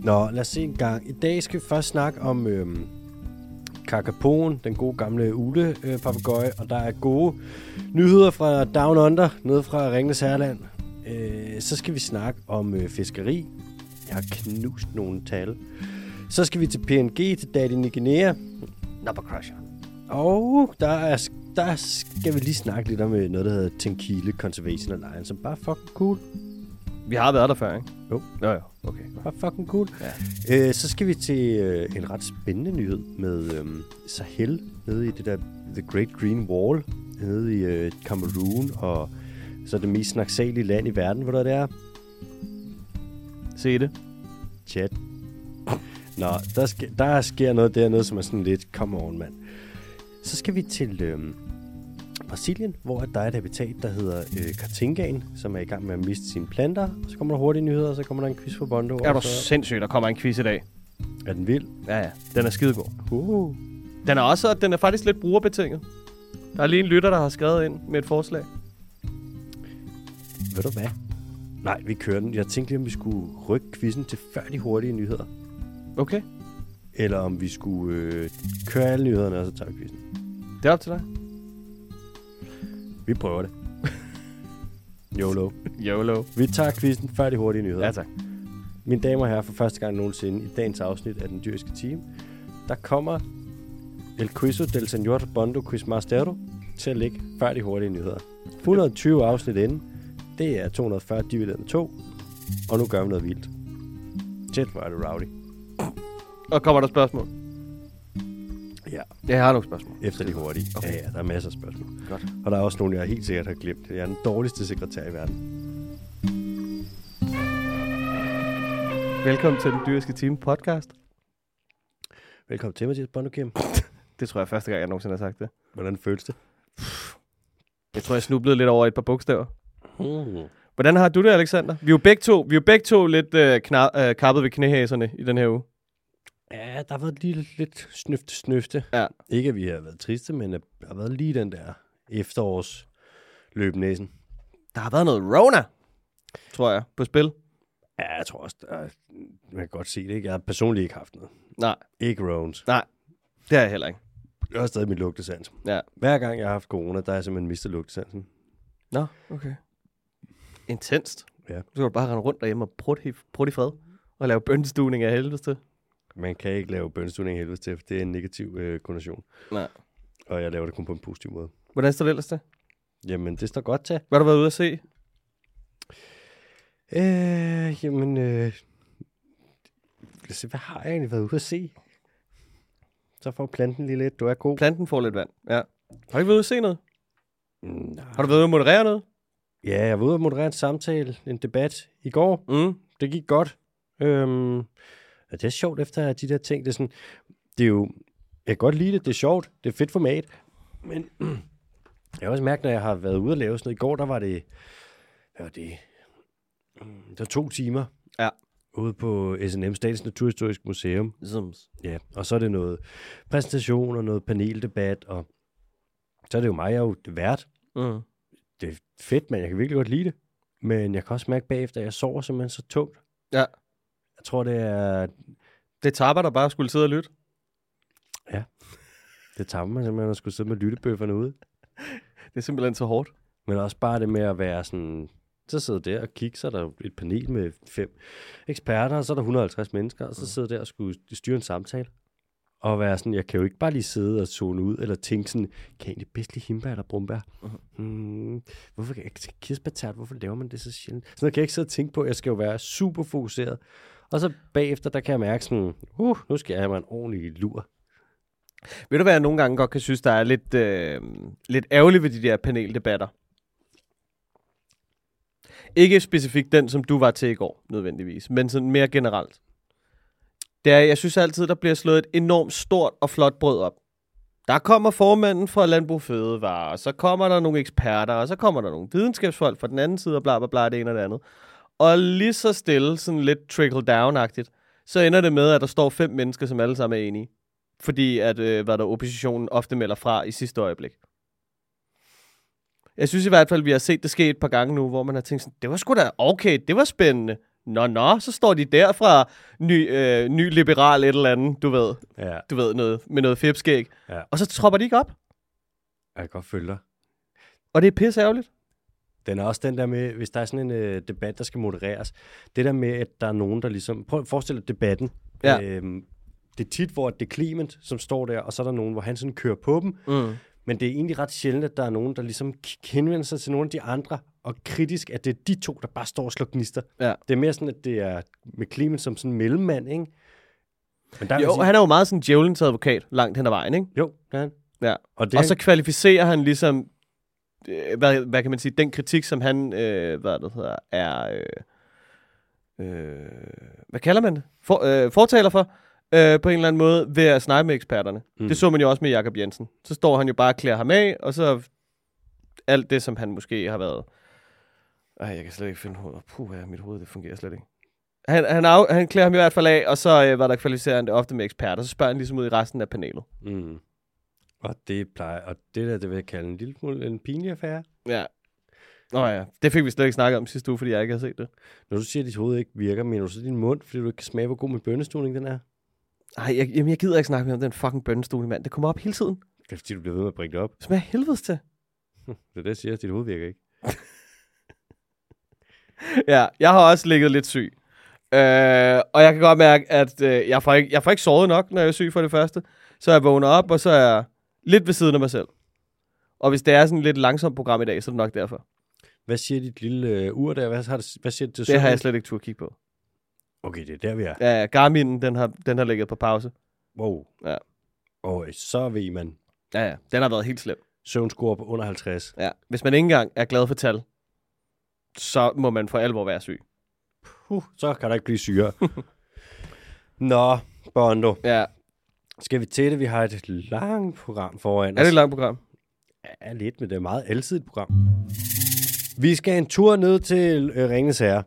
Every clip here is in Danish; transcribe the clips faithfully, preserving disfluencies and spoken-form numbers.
Nå, lad os se en gang. I dag skal vi først snakke om øhm, Kakapoen, den gode gamle ule-papegøje, og der er gode nyheder fra Down Under, nede fra Ringenes Herreland. Øh, så skal vi snakke om øh, fiskeri. Jeg har knust nogle tal. Så skal vi til P N G, til Daddy Niginea. Number Crusher. Og der, er, der skal vi lige snakke lidt om noget, der hedder Tenkile Conservation Alliance, som bare er fucking cool. Vi har været der før, ikke? Jo. Jo, jo. Okay. Bare fucking cool. Ja. Øh, så skal vi til øh, en ret spændende nyhed med øh, Sahel, nede i det der The Great Green Wall, nede i øh, Cameroon, og så det mest snaksalige land i verden, hvor der det er. Se det. Chat. Nå, der, sker, der sker noget dernede, som er sådan lidt, come on, mand. Så skal vi til øh, Brasilien, hvor der er et habitat, der hedder øh, Caatingaen, som er i gang med at miste sine planter. Så kommer der hurtige nyheder, og så kommer der en quiz for Bondo. Er du så... sindssygt, der kommer en quiz i dag. Er den vild? Ja, ja. Den er skidegod. Uh. Den er også, den er faktisk lidt brugerbetinget. Der er lige en lytter, der har skrevet ind med et forslag. Ved du hvad? Nej, vi kører den. Jeg tænkte lige, om vi skulle rykke quizzen til før de hurtige nyheder. Okay. Eller om vi skulle øh, køre alle nyhederne, og så tager vi quizzen. Det er op til dig. Vi prøver det. YOLO. YOLO. Vi tager quizzen før de hurtige nyheder. Ja, tak. Mine damer og herrer, for første gang nogensinde i dagens afsnit af Den Dyriske Time, der kommer El Quizo del Señor Bondo Quizmastero til at ligge før de hurtige nyheder. et hundrede og tyve afsnit inden. Det er to hundrede og fyrre divideret med to. Og nu gør vi noget vildt. Shit, hvor er det rowdy. Og kommer der spørgsmål? Ja. Jeg har nogle spørgsmål. Efter de hurtige. Okay. Ja, ja, der er masser af spørgsmål. Godt. Og der er også nogle, jeg helt sikkert har glemt. Jeg er den dårligste sekretær i verden. Velkommen til Den Dyriske Time podcast. Velkommen til, Mathias Bondo Kim. Det tror jeg er første gang, jeg nogensinde har sagt det. Hvordan føles det? Jeg tror, jeg snublede lidt over et par bogstaver. Hmm. Hvordan har du det, Alexander? Vi er jo begge to, vi er jo begge to lidt øh, kna- øh, kappet ved knæhæserne i den her uge. Ja, der har været lige lidt snøfte, snøfte. Ja. Ikke, at vi har været triste, men der har været lige den der efterårs løbnæsen. Der har været noget Rona, tror jeg, på spil. Ja, jeg tror også, der er, man kan godt se det, ikke? Jeg har personligt ikke haft noget. Nej. Ikke Rones. Nej, det har jeg heller ikke. Jeg har stadig mit lugtesans. Ja. Hver gang jeg har haft corona, der har jeg simpelthen mistet lugtesansen. Nå, okay. Intenst. Ja. Så kan du bare rende rundt derhjemme og prutte i, prut i fred. Og lave bønnestuning af helvede til. Man kan ikke lave bønnestuning helvede til, for det er en negativ øh, konnotation. Nej. Og jeg laver det kun på en positiv måde. Hvordan står det ellers til? Jamen, det står godt til. Hvad har du været ude at se? Øh, jamen, øh, lad os se, hvad har jeg egentlig været ude at se? Så får planten lige lidt. Du er god. Planten får lidt vand, ja. Har du ikke været ude at se noget? Mm, Har du været ude at moderere noget? Ja, jeg var ude at moderere en samtale, en debat i går. Mm. Det gik godt. Øhm, det er sjovt efter de der ting. Det er, sådan, det er jo, jeg kan godt lide det. Det er sjovt. Det er fedt format. Men jeg har også mærket, når jeg har været ude at lave sådan noget. I går, der var det, hvad var det? Det var to timer. Ja. Ude på S N M, Statens Naturhistorisk Museum. Zooms. Ja, og så er det noget præsentation og noget paneldebat, og så er det jo mig, jeg er jo det vært. Mm. Det er fedt, men jeg kan virkelig godt lide det. Men jeg kan også mærke bagefter, at jeg sover simpelthen så tungt. Ja. Jeg tror, det er... Det tapper der bare skulle sidde og lytte. Ja. Det tager man simpelthen at skulle sidde med lyttebøfferne ude. Det er simpelthen så hårdt. Men også bare det med at være sådan... Så sidder der og kigger, så er der et panel med fem eksperter, og så er der et hundrede og halvtreds mennesker, og så sidder der og skulle styre en samtale. Og være sådan, jeg kan jo ikke bare lige sidde og zone ud, eller tænke sådan, kan jeg egentlig bedst lide himbær eller brumbær? Uh-huh. Hmm, hvorfor kan jeg ikke kirsebærtert? Hvorfor laver man det så sjældent? Sådan noget kan jeg ikke sidde og tænke på. Jeg skal jo være super fokuseret. Og så bagefter, der kan jeg mærke sådan, uh, nu skal jeg have mig en ordentlig lur. Ved du hvad, jeg nogle gange godt kan synes, der er lidt, øh, lidt ærgerligt ved de der paneldebatter? Ikke specifikt den, som du var til i går, nødvendigvis, men sådan mere generelt. Det er, jeg synes altid, der bliver slået et enormt stort og flot brød op. Der kommer formanden fra Landbrug Fødevare, og så kommer der nogle eksperter, og så kommer der nogle videnskabsfolk fra den anden side, og bla bla bla, det ene og det andet. Og lige så stille, sådan lidt trickle-down-agtigt, så ender det med, at der står fem mennesker, som alle sammen er enige. Fordi at, øh, hvad der oppositionen ofte melder fra i sidste øjeblik. Jeg synes i hvert fald, vi har set det ske et par gange nu, hvor man har tænkt sådan, det var sgu da okay, det var spændende. Nå, nå, så står de der fra ny, øh, ny liberal et eller andet, du ved. Ja. Du ved, noget, med noget fipskæg. Ja. Og så tropper de ikke op. Jeg kan godt følge dig. Og det er pisse ærgerligt. Den er også den der med, hvis der er sådan en øh, debat, der skal modereres. Det der med, at der er nogen, der ligesom... Prøv at forestille dig debatten. Ja. Øhm, det er tit, hvor det er Clement, som står der, og så er der nogen, hvor han sådan kører på dem. Mm. Men det er egentlig ret sjældent, at der er nogen, der ligesom henvender sig til nogle af de andre, og kritisk, at det er de to, der bare står og slår gnister. Ja. Det er mere sådan, at det er med Clement som sådan en mellemmand, ikke? Men der Jo, sige... han er jo meget sådan djævelens advokat langt hen ad vejen, ikke? Jo, det er han. Ja. Og, det og han... så kvalificerer han ligesom, øh, hvad, hvad kan man sige, den kritik, som han, øh, hvad det hedder, er, øh, øh, hvad kalder man det? For, øh, fortaler for, øh, på en eller anden måde, ved at snakke med eksperterne. Mm. Det så man jo også med Jakob Jensen. Så står han jo bare og klæder ham af, og så alt det, som han måske har været... Ej, jeg kan slet ikke finde hovedet. Puh, ja, mit hoved, det fungerer slet ikke. Han, han, af, han klæder ham i hvert fald af, og så øh, var der kvalificerende ofte med eksperter. Så spørger han ligesom ud i resten af panelet. Mm. Og det plejer, og det der, det vil jeg kalde en lille smule en pinlig affære. Ja. Nå ja, det fik vi slet ikke snakket om sidste uge, fordi jeg ikke har set det. Når du siger, at dit hoved ikke virker, mener du så din mund, fordi du ikke kan smage, hvor god med bønnestuning den er? Nej, jeg, jamen, jeg gider ikke snakke mere om den fucking bønnestol, mand. Det kommer op hele tiden. Det er fordi, du bliver ved med at bringe det op. Det smager helvedes til. Det er det, jeg siger, at dit hoved virker ikke. Ja, jeg har også ligget lidt syg. Øh, og jeg kan godt mærke, at øh, jeg, får ikke, jeg får ikke sovet nok, når jeg er syg for det første. Så jeg vågner op, og så er jeg lidt ved siden af mig selv. Og hvis det er sådan et lidt langsomt program i dag, så er det nok derfor. Hvad siger dit lille øh, ur der? Hvad, har det, hvad siger det til Det søvn? har jeg slet ikke tur at kigge på. Okay, det er der, vi er. Ja, Garmin, den har, den har ligget på pause. Wow. Ja. Og så ved man. Ja, ja. Den har været helt slem. Søvnscore på under halvtreds. Ja. Hvis man ikke engang er glad for tal, så må man for alvor være syg. Puh, så kan der ikke blive syre. Nå, Bondo. Ja. Skal vi til det? Vi har et langt program foran os. Er det et langt program? Ja, lidt, men det er et meget alsidigt program. Vi skal en tur ned til øh, Ringenes Herre.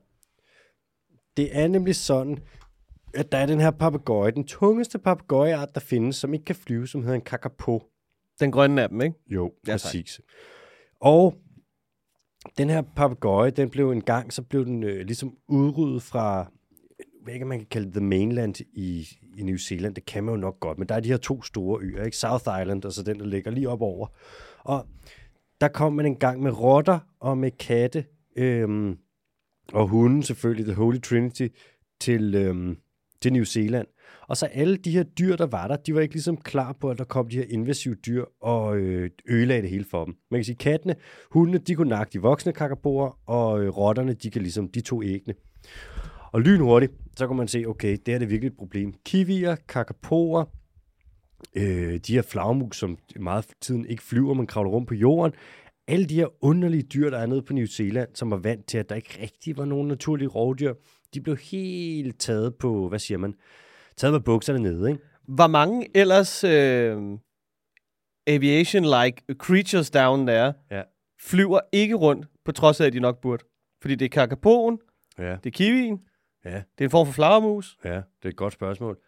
Det er nemlig sådan, at der er den her papegøje, den tungeste papegøjeart, der findes, som ikke kan flyve, som hedder en kakapo. Den grønne af dem, ikke? Jo, ja, præcis. Og den her papegøje, den blev en gang, så blev den øh, ligesom udryddet fra, hvad ikke man kan kalde det, the mainland i, i New Zealand. Det kan man jo nok godt, men der er de her to store øer, ikke? South Island, og så den, der ligger lige op over. Og der kom man en gang med rotter og med katte, øhm, og hunden selvfølgelig, The Holy Trinity, til, øhm, til New Zealand. Og så alle de her dyr, der var der, de var ikke ligesom klar på, at der kom de her invasive dyr og øh, ødelagde det hele for dem. Man kan sige, kattene, hundene, de kunne nakke de voksne kakapoer, og øh, rotterne, de kan ligesom, de to æggene. Og lynhurtigt, så kan man se, okay, det er det virkelig et problem. Kiwier, kakapoer, øh, de her flagmus, som meget for tiden ikke flyver, man kravler rundt på jorden. Alle de her underlige dyr, der er nede på New Zealand, som var vant til, at der ikke rigtig var nogen naturlige rovdyr, de blev helt taget på, hvad siger man, taget med bukserne nede, ikke? Var mange ellers øh, aviation-like creatures down there, ja. flyver ikke rundt, på trods af, at de nok burde. Fordi det er kakapoen, ja. det er kiwien, ja. det er en form for flagermus. Ja, det er et godt spørgsmål.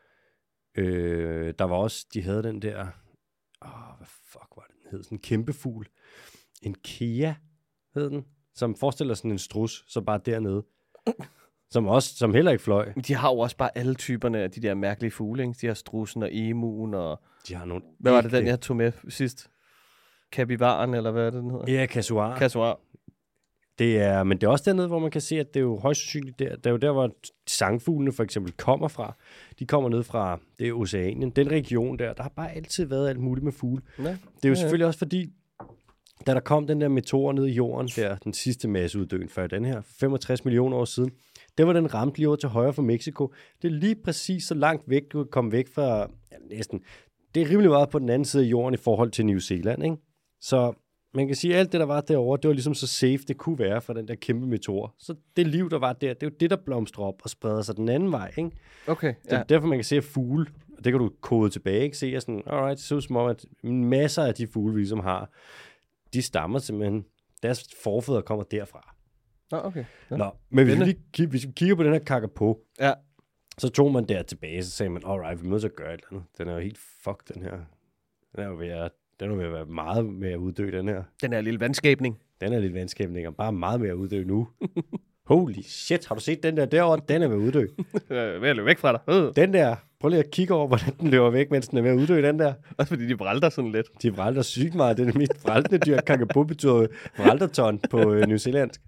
Øh, der var også, de havde den der, åh, hvad fuck var det, den hed? Sådan en kæmpe fugl. En kea hed den, som forestiller sådan en strus, så bare dernede. Som også, som heller ikke fløj. De har jo også bare alle typerne af de der mærkelige fugle, ikke? De har strussen og emuen og... De har nogle... Hvad var det, den jeg tog med sidst? Kapivaren, eller hvad er det, den hedder? Ja, kasuar. Kasuar. Det er, men det er også dernede, hvor man kan se, at det er jo højst sandsynligt der. Det er jo der, hvor sangfuglene for eksempel kommer fra. De kommer ned fra, det er Oceanien. Den region der, der har bare altid været alt muligt med fugle. Ja. Det er jo ja, selvfølgelig ja. også fordi, da der kom den der meteor ned i jorden, der den sidste masseuddøen før den her, femogtres millioner år siden, det var den ramte lige over til højre for Mexico. Det er lige præcis så langt væk, du kan komme væk fra, ja, næsten, det er rimelig meget på den anden side af jorden i forhold til New Zealand, ikke? Så man kan sige, at alt det, der var derovre, det var ligesom så safe, det kunne være fra den der kæmpe meteor. Så det liv, der var der, det er jo det, der blomstrer op og spreder sig den anden vej, ikke? Okay, ja. Det er derfor, man kan se, at fugle, og det kan du kode tilbage, ikke? Se, at sådan, alright, det ser ud som om, at masser af de fugle, vi ligesom har, de stammer simpelthen, deres forfædre kommer derfra. Ah, okay. Ja. Nå, men hvis vi, lige, hvis vi kigger på den her kakapo, ja. så tog man der tilbage, så sagde man, alright, vi må så gøre et eller andet. Den er jo helt fuck, den her. Den er jo ved at, den er ved at være meget mere uddø, den her. Den er en lille vandskabning. Den er lidt vandskabning, og bare meget mere uddø nu. Holy shit, har du set den der derovre? Den er ved at uddø. Jeg er ved at løbe væk fra dig. Øh. Den der, prøv lige at kigge over, hvordan den løber væk, mens den er ved at uddø, den der. Også fordi de vralter sådan lidt. De vralter sygt meget. Det er det mest vraltende dyr. Kakapo betyder vralterton på øh, New Zealandsk.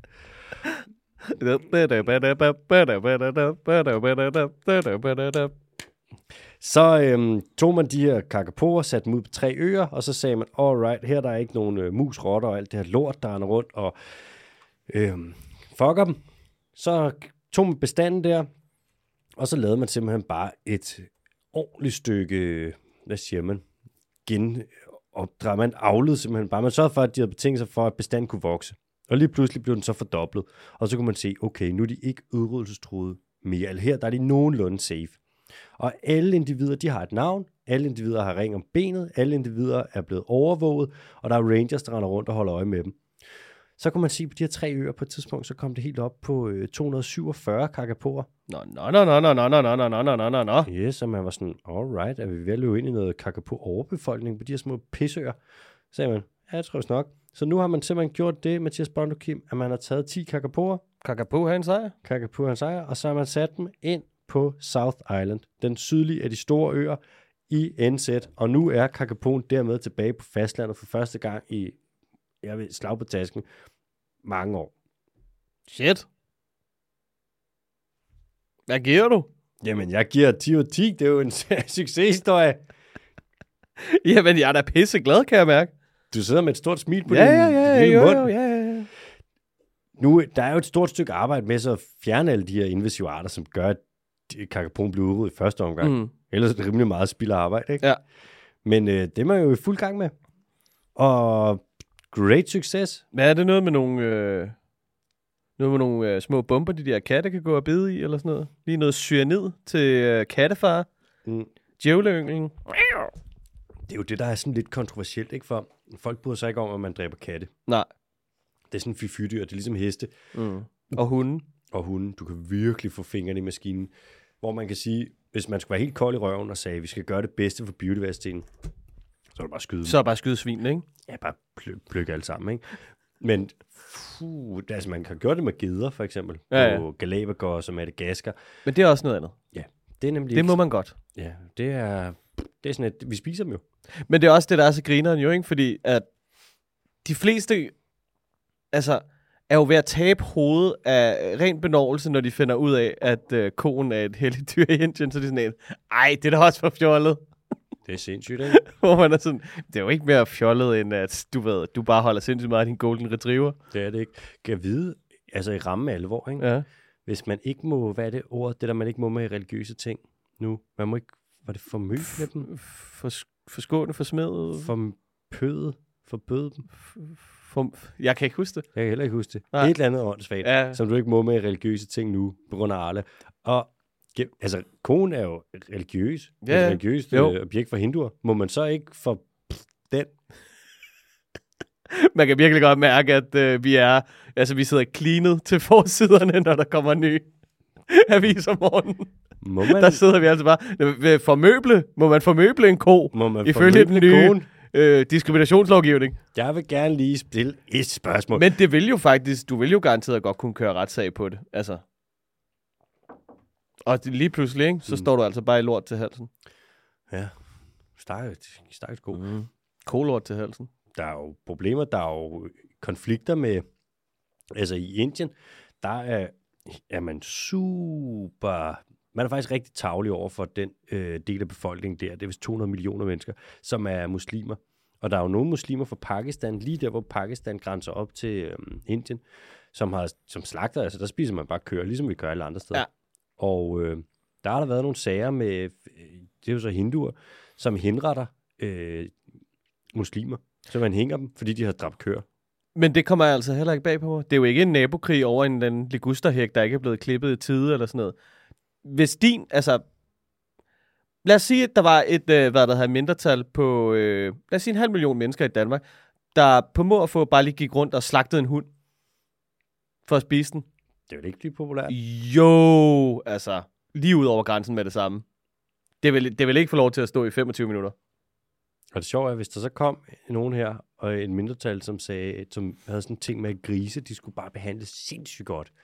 Så øhm, tog man de her kakapoer, satte dem ud på tre øer, og så sagde man, alright, her der er ikke nogen øh, mus, rotter og alt det her lort, der er rundt, og øhm, fucker dem. Så tog man bestanden der, og så lavede man simpelthen bare et ordentligt stykke, hvad siger man, genopdræt. Man avlede simpelthen bare. Man sørgede for, at de havde betingelser for, at bestanden kunne vokse. Og lige pludselig blev den så fordoblet. Og så kunne man se, okay, nu er de ikke udryddelsestruede mere. Eller her, der er de nogenlunde safe. Og alle individer, de har et navn. Alle individer har ring om benet. Alle individer er blevet overvåget. Og der er rangers, der render rundt og holder øje med dem. Så kunne man se på de her tre øer på et tidspunkt, så kom det helt op på øh, to hundrede syvogfyrre kakapoer. Nå, nå, nå, nå, nå, nå, nå, nå, nå, nå, nå, nå, nå. Ja, så man var sådan, alright, er vi ved at løbe ind i noget kakapo-overbefolkning på de her små pisseøer? Så sagde man, ja, jeg tror også nok. Så nu har man simpelthen gjort det, Mathias Bondo Kim, at man har taget ti kakapoer. Kakapo har en sejr. Kakapo har en sejr, og så har man sat dem ind på South Island, den sydlige af de store øer i N Z. Og nu er kakapoen dermed tilbage på fastlandet for første gang i, jeg ved, slag på tasken, mange år. Shit. Hvad giver du? Jamen, jeg giver ti ud af ti. Det er jo en succeshistorie. Jamen, jeg er da pisse glad, kan jeg mærke. Du sidder med et stort smil på ja, din ja, ja, lille jo, mund. jo, ja, ja. Nu, der er jo et stort stykke arbejde med så at fjerne alle de her invasive arter, som gør, at kakapoen bliver udryddet i første omgang. Mm. Ellers er det rimelig meget spild af arbejde, ikke? Ja. Men øh, det er man jo i fuld gang med. Og great success. Men er det noget med nogle, øh, noget med nogle øh, små bomber, de der katte kan gå og bide i, eller sådan noget? Lige noget cyanid til øh, kattefar. Mm. Djævleynglen. Det er jo det, der er sådan lidt kontroversielt, ikke? For folk bryder sig ikke om, at man dræber katte. Nej. Det er sådan en fy-fy-dyr, det er ligesom heste. Mm. Og hunden. Og hunden. Du kan virkelig få fingrene i maskinen. Hvor man kan sige, hvis man skulle være helt kold i røven og sagde, at vi skal gøre det bedste for biodiversiteten, så er det bare skyde dem. Så er det bare skyde svin, ikke? Ja, bare pl- plukke alt sammen, ikke? Men fuh, altså man kan gøre det med geder, for eksempel. Ja, ja. På Galapagos og Madagaskar. Men det er også noget andet. Ja, det er nemlig... Det må man godt. Ja, det er... Det er sådan, at vi spiser dem jo. Men det er også det, der er så grineren jo, ikke? Fordi at de fleste, altså, er jo ved at tabe hovedet af ren benovelse, når de finder ud af, at øh, koen er et helligt dyr i Indien. Så er de sådan en, ej, det er da også for fjollet. Det er sindssygt, ikke? Hvor man er sådan, det er jo ikke mere fjollet, end at du ved, du bare holder sindssygt meget af din golden retriever. Det er det ikke. Kan jeg vide, altså i ramme alvor, ikke? Ja. Hvis man ikke må, hvad er det ord, det der man ikke må med religiøse ting nu, man må ikke, var det formø med dem? For, forskåne, forsmedet? Forpøde, forbøde dem? For, jeg kan ikke huske det. Jeg kan heller ikke huske det. Nej. Et eller andet åndssvagt, Ja. som du ikke må med religiøse ting nu, på grund af Arle. Og altså, konen er jo religiøs. Ja, et religiøst jo. øh, objekt for hinduer. Må man så ikke for den? Man kan virkelig godt mærke, at øh, vi er, altså vi sidder cleanet til forsiderne, når der kommer en ny avis om morgenen. Må man, Der sidder vi altså bare, formøble, må man formøble en ko, må man ifølge den nye konen? øh, diskriminationslovgivning. Jeg vil gerne lige stille et spørgsmål. Men det vil jo faktisk, du vil jo garanteret godt kunne køre retssag på det, altså. Og det, lige pludselig, ikke, så mm. står du altså bare i lort til halsen. Ja, stakkels ko. Mm. Kolort til halsen. Der er jo problemer, der er jo konflikter med, altså i Indien, der er, er man super, man er faktisk rigtig tarvelig over for den øh, del af befolkningen der, det er vist to hundrede millioner mennesker, som er muslimer. Og der er jo nogle muslimer fra Pakistan, lige der, hvor Pakistan grænser op til øh, Indien, som, har, som slagter, altså der spiser man bare køer, ligesom vi gør alle andre steder. Ja. Og øh, der har der været nogle sager med, øh, det er jo så hinduer, som henretter øh, muslimer. Så man hænger dem, fordi de har dræbt køer. Men det kommer altså heller ikke bag på mig. Det er jo ikke en nabokrig over en den ligusterhæk, der ikke er blevet klippet i tide eller sådan noget. Hvis din, altså... Lad os sige, at der var et, øh, hvad der hedder, mindretal på... Øh, lad os sige en halv million mennesker i Danmark, der på må at få bare lige gik rundt og slagtede en hund for at spise den. Det vil ikke blive populært. Jo, altså... Lige ud over grænsen med det samme. Det vil, det vil ikke få lov til at stå i femogtyve minutter. Og det sjove er, hvis der så kom nogen her, og en mindretal, som sagde, som havde sådan en ting med at grise, de skulle bare behandles sindssygt godt.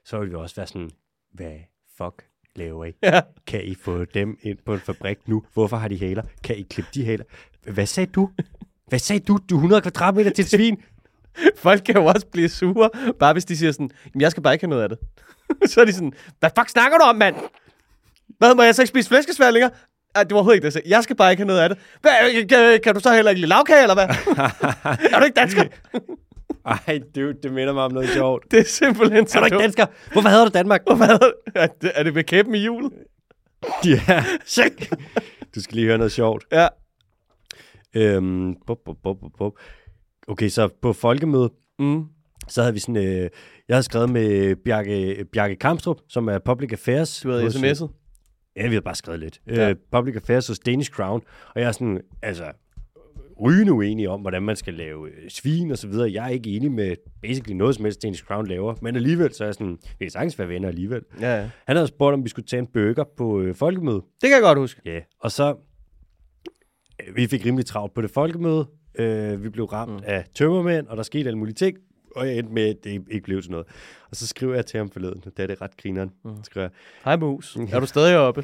så ville vi også være sådan, hvad fuck laver I? Ja. Kan I få dem ind på en fabrik nu? Hvorfor har de haler? Kan I klippe de haler? Hvad sagde du? Hvad sagde du? Du er hundrede kvadratmeter til et svin. Folk kan jo også blive sure, bare hvis de siger sådan, jamen jeg skal bare ikke have noget af det. Så er de sådan, hvad fuck snakker du om, mand? Hvad, må jeg så ikke spise flæskesværlinger? Ej, det var overhovedet ikke det, jeg sagde. Jeg skal bare ikke have noget af det. Hvad, kan, kan du så heller ikke lide lavkage, eller hvad? Er du ikke dansker? Ej, dude, det minder mig om noget sjovt. Det er simpelthen så Er du ikke dansker? Hvorfor hader du Danmark? Hvorfor hader du? Er det, er det ved kæben i julet? Ja, check. Du skal lige høre noget sjovt. Ja. Øhm, bup, bup, bup, bup. Okay, så på folkemødet, Mm. så havde vi sådan, øh, jeg havde skrevet med Bjarke, Bjarke Kamstrup, som er Public Affairs. Du havde hos, sms'et? Ja, vi havde bare skrevet lidt. Ja. Øh, Public Affairs hos Danish Crown, og jeg er sådan, altså, rygende uenig om, hvordan man skal lave øh, svin og så videre. Jeg er ikke enig med basically noget som helst, Danish Crown laver, men alligevel, så er jeg sådan, vi kan sagtens være venner alligevel. Ja, ja. Han havde spurgt, om vi skulle tage en burger på øh, folkemødet. Det kan jeg godt huske. Ja, og så, øh, vi fik rimelig travlt på det folkemøde. Øh, vi blev ramt mm. af tømmermænd, og der skete alle mulige ting, og jeg endte med, at det ikke blev til noget. Og så skriver jeg til ham forleden, det er det ret grineren. Mm. Skriver jeg, hej mus, er du stadig oppe?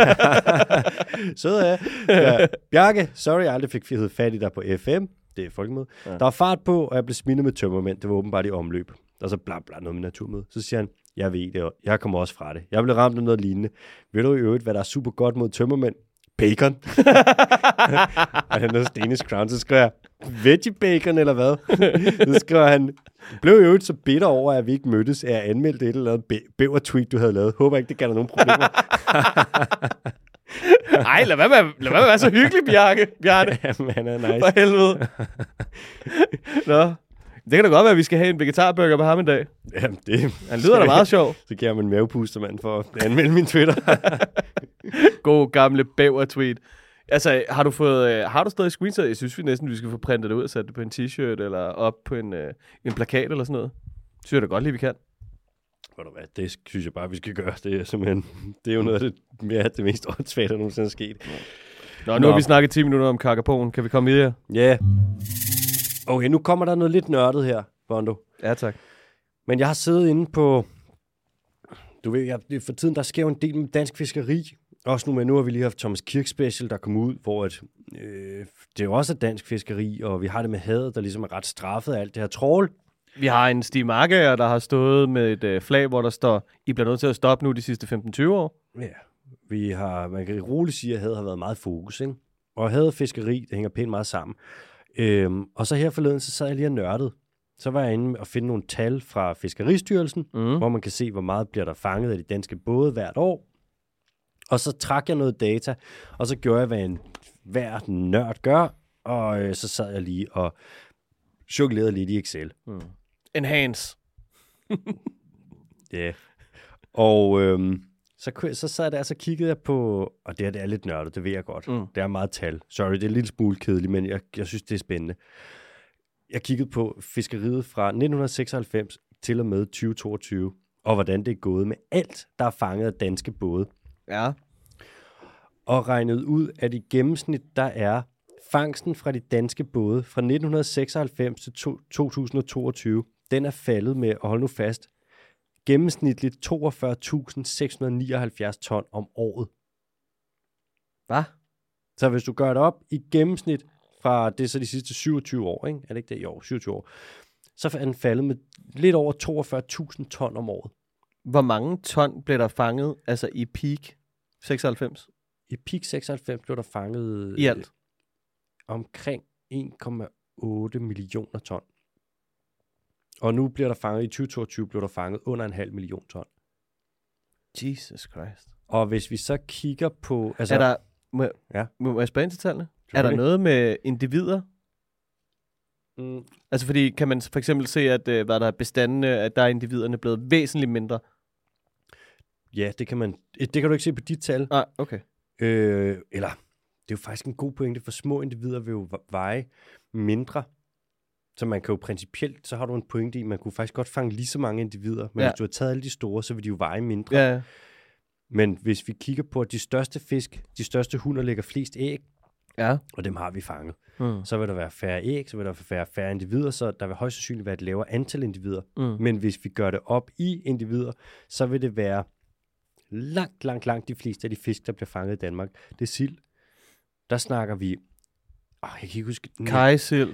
Så er jeg. Ja. Bjarke, sorry, jeg aldrig fik hed fat i dig på F M. Det er folkemøde. Ja. Der var fart på, og jeg blev smittet med tømmermænd. Det var åbenbart i omløb. Og så bla bla noget med naturmøde. Så siger han, jeg ved det, jeg kommer også fra det. Jeg blev ramt af noget lignende. Ved du i øvrigt, hvad der er super godt mod tømmermænd? Bacon. Og han er Danish Crown, så skriver jeg, veggie bacon eller hvad? Så skriver han, blev i øvrigt så bitter over, at vi ikke mødtes, at jeg anmeldte et eller andet bæver-tweet, du havde lavet. Håber ikke, det gav dig nogen problemer. Ej, lad være med, lad være med at være så hyggelig, Bjarke. Bjarne. Jamen, han er nice. For helvede. Nå, det kan da godt være, at vi skal have en vegetarburger på ham en dag. Jamen, det... Han lyder da meget sjov. Så giver jeg mig en mavepuster, mand, for at anmelde min Twitter. God gamle bæver-tweet. Altså, har du fået, øh, har du stadig screenshot? Jeg synes vi næsten, vi skal få printet det ud og sat det på en t-shirt eller op på en, øh, en plakat eller sådan noget. Det synes jeg da godt lige, vi kan. Ved du hvad, det synes jeg bare, vi skal gøre. Det er simpelthen, det er jo noget af det, mere, det mest åndssvagt, der nogensinde er sket. Nå, nu Nå. har vi snakket ti minutter om kakapoen. Kan vi komme videre? Ja. Yeah. Okay, nu kommer der noget lidt nørdet her, Bondo. Ja, tak. Men jeg har siddet inde på, du ved, jeg, for tiden, der sker jo en del med dansk fiskeri. Også nu med, nu har vi lige haft Thomas Kirk Special, der kom ud, hvor et, øh, det er jo også dansk fiskeri, og vi har det med havet, der ligesom er ret straffet af alt det her trål. Vi har en Stig Markager, der har stået med et øh, flag, hvor der står, I bliver nødt til at stoppe nu de sidste femten til tyve år. Ja, vi har, man kan roligt sige, at havet har været meget fokus, ikke? Og havet og fiskeri, det hænger pænt meget sammen. Øhm, og så her forleden, så sad jeg lige og nørdede. Så var jeg inde og finde nogle tal fra Fiskeristyrelsen, mm. hvor man kan se, hvor meget bliver der fanget af de danske både hvert år. Og så trak jeg noget data, og så gjorde jeg, hvad en hver nørd gør, og øh, så sad jeg lige og chokolerede lidt i Excel. Mm. Enhance. Ja. yeah. Og øhm, så, så sad jeg der, så kiggede jeg på, og det her det er lidt nørdet, det ved jeg godt. Mm. Det er meget tal. Sorry, det er en lille smule kedeligt, men jeg, jeg synes, det er spændende. Jeg kiggede på fiskeriet fra nitten seksoghalvfems til og med tyve toogtyve, og hvordan det er gået med alt, der er fanget af danske både. Ja. Og regnet ud, at i gennemsnit, der er fangsten fra de danske både fra nitten seksoghalvfems til to tusind toogtyve, den er faldet med, og hold nu fast, gennemsnitligt toogfyrre tusind seks hundrede nioghalvfjerds ton om året. Hvad? Så hvis du gør det op i gennemsnit fra det så de sidste syvogtyve år, ikke? Er det ikke det? Jo, syvogtyve år. Så er den faldet med lidt over toogfyrre tusind ton om året. Hvor mange ton blev der fanget, altså i peak seksoghalvfems? I peak seksoghalvfems blev der fanget i alt øh, omkring en komma otte millioner ton. Og nu bliver der fanget, i tyve toogtyve blev der fanget under en halv million ton. Jesus Christ. Og hvis vi så kigger på... Altså, er der... Må jeg, ja. må jeg spørge ind til tallene? Er der noget med individer? Mm. Altså fordi, kan man for eksempel se, at øh, hvad der er bestandene, at der er individerne blevet væsentligt mindre? Ja, det kan man... Det kan du ikke se på dit tal. Ah, okay. Øh, eller, det er jo faktisk en god pointe, for små individer vil jo veje mindre. Så man kan jo principielt, så har du en pointe i, man kunne faktisk godt fange lige så mange individer, men ja. Hvis du har taget alle de store, så vil de jo veje mindre. Ja. Men hvis vi kigger på, at de største fisk, de største hunder lægger flest æg, ja. Og dem har vi fanget. mm. så vil der være færre æg, så vil der være færre individer, så der vil højst sandsynligt være et lavere antal individer. Mm. Men hvis vi gør det op i individer, så vil det være langt, langt, langt de fleste af de fisk, der bliver fanget i Danmark. Det er sild. Der snakker vi... Åh, jeg kan ikke huske... Kajsild.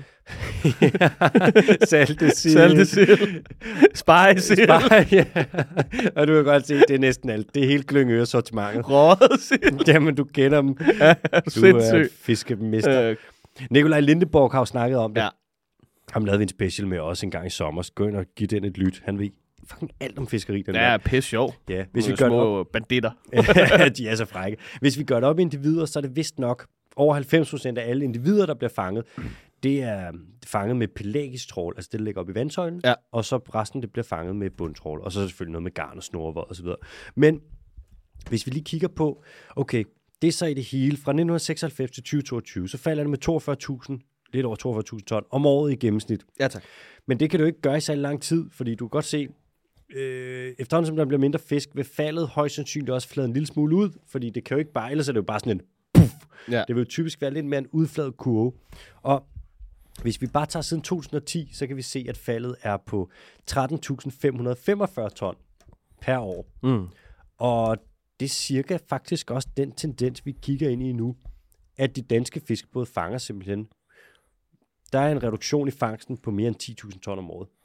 Saltesild. Saltesild. Spejesild. Spej, ja. Og du kan godt se, det er næsten alt. Det er helt Glyngøre sortimentet. Rådsild. Jamen, du kender dem. Ja, du er fiskemester. Øh. Nikolaj Lindeborg har jo snakket om det. Ja. Ham lavede vi en special med os en gang i sommer. Gå ind og give den et lyt. Han ved fucking alt om fiskeri. Den det er pisse sjov. Ja, hvis vi gør små det op... banditter. De er så frække. Hvis vi gør det op i individer, så er det vist nok over halvfems procent af alle individer, der bliver fanget. Det er fanget med pelagisk trål, altså det, der ligger op i vandsøjlen, ja. Og så resten, det bliver fanget med bundtrål, og så selvfølgelig noget med garn og snorvod og så videre. Men hvis vi lige kigger på, okay, det er så i det hele, fra nitten seksoghalvfems til tyve toogtyve, så falder det med toogfyrre tusind, lidt over toogfyrre tusind ton om året i gennemsnit. Ja, tak. Men det kan du ikke gøre i så lang tid, fordi du kan godt se, øh, efterhånden som der bliver mindre fisk, vil faldet højst sandsynligt også flade en lille smule ud, fordi det kan jo ikke bare, ellers er det jo bare sådan en puff. Ja. Det vil jo typisk være lidt mere en udfladet kurve. Og hvis vi bare tager siden to tusind og ti, så kan vi se, at faldet er på tretten tusind fem hundrede femogfyrre ton per år. Mm. Og det er cirka faktisk også den tendens, vi kigger ind i nu, at de danske fiskebåde fanger simpelthen. Der er en reduktion i fangsten på mere end ti tusind ton om året.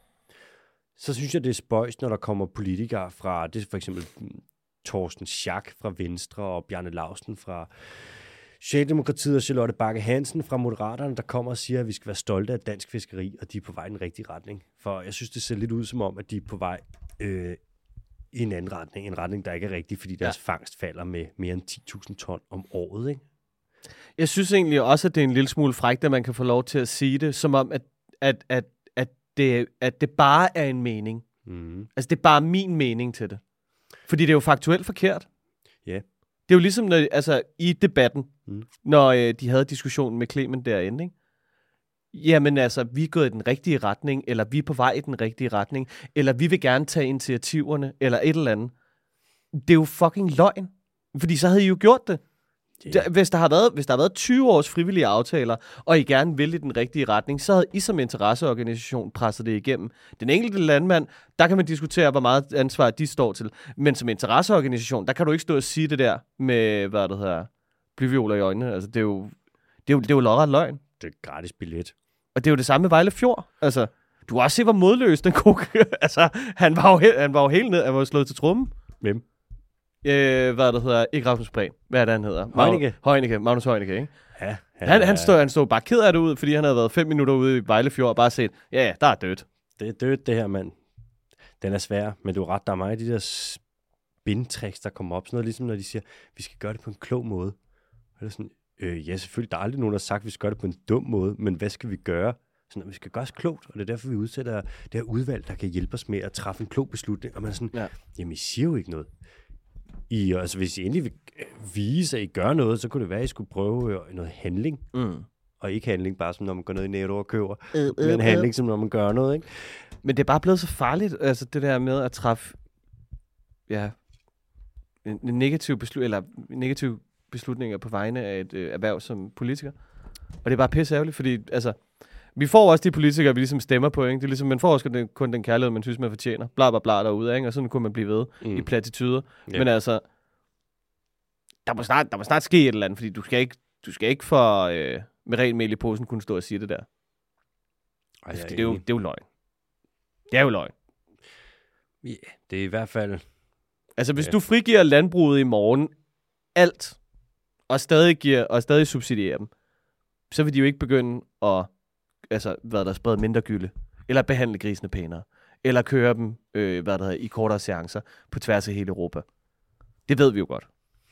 Så synes jeg, det er spøjst, når der kommer politikere fra, det er for eksempel Torsten Schack fra Venstre og Bjarne Lausten fra Socialdemokratiet og Charlotte Bakke Hansen fra Moderaterne, der kommer og siger, at vi skal være stolte af dansk fiskeri, og de er på vej i den rigtige retning. For jeg synes, det ser lidt ud som om, at de er på vej øh, i en anden retning, en retning, der ikke er rigtig, fordi deres ja. fangst falder med mere end ti tusind ton om året, ikke? Jeg synes egentlig også, at det er en lille smule frækt, at man kan få lov til at sige det, som om, at, at, at, at, det, at det bare er en mening. Mm. Altså, det er bare min mening til det. Fordi det er jo faktuelt forkert. Ja. Yeah. Det er jo ligesom når, altså, i debatten, mm. når øh, de havde diskussionen med Clement derinde, ikke? Jamen altså, vi er gået i den rigtige retning, eller vi er på vej i den rigtige retning, eller vi vil gerne tage initiativerne, eller et eller andet. Det er jo fucking løgn. Fordi så havde I jo gjort det. Yeah. Hvis der har været, hvis der har været tyve års frivillige aftaler, og I gerne vil i den rigtige retning, så havde I som interesseorganisation presset det igennem. Den enkelte landmand, der kan man diskutere, hvor meget ansvar de står til. Men som interesseorganisation, der kan du ikke stå og sige det der med, hvad det hedder, blyvioler i øjnene. Altså, det er jo, det er jo, det er jo lodret løgn. Det er gratis billet. Og det er jo det samme med Vejle Fjord. Altså, du har også set, hvor modløs den koke. Altså, han var jo, he- han var jo helt ned, han var jo slået til trummen. Hvem? Øh, hvad det hedder, ikke Rasmus Prehn. Hvad er det, han hedder? Heunicke. Heunicke, Magnus Heunicke, ikke? Ja. Han, han, han, stod, han stod bare ked af det ud, fordi han havde været fem minutter ude i Vejle Fjord og bare set, ja, ja, der er dødt. Det er dødt, det her, mand. Den er svær, men du er ret, der er mange af de der spintricks, der kommer op. Sådan noget, ligesom når de siger, vi skal gøre det på en klog måde. Og det er sådan, øh, ja, selvfølgelig, der er aldrig nogen, der har sagt, at vi skal gøre det på en dum måde, men hvad skal vi gøre? Sådan, vi skal gøre os klogt, og det er derfor, vi udsætter det her udvalg, der kan hjælpe os med at træffe en klog beslutning. Og man er sådan, ja. Jamen, I siger jo ikke noget. I, altså, hvis I endelig vil vise, at I gør noget, så kunne det være, at I skulle prøve noget handling. Mm. Og ikke handling bare som når man går ned i Netto og køber, øh, øh, men handling som når man gør noget, ikke? Men det er bare blevet så farligt, altså det der med at træffe ja, en, en negativ beslut eller negative beslutninger på vegne af et øh, erhverv som politiker. Og det er bare pisse ærgerligt, fordi altså, vi får også de politikere, vi ligesom stemmer på, ikke? Det er ligesom, man får også kun den kærlighed, man synes, man fortjener. Bla, bla, bla derude, ikke? Og sådan kunne man blive ved mm. i platituder. Yep. Men altså, der må, snart, der må snart ske et eller andet, fordi du skal ikke, du skal ikke for øh, med ren mel i posen kunne stå og sige det der. Ej, det, det, er jo, det er jo løgn. Det er jo løgn. Ja, yeah, det er i hvert fald... Altså, hvis ja. du frigiver landbruget i morgen alt, og stadig, giver, og stadig subsidierer dem, så vil de jo ikke begynde at altså, hvad der sprede mindre gylde, eller behandle grisene pænere, eller køre dem øh, hvad der hedder, i kortere seancer på tværs af hele Europa. Det ved vi jo godt.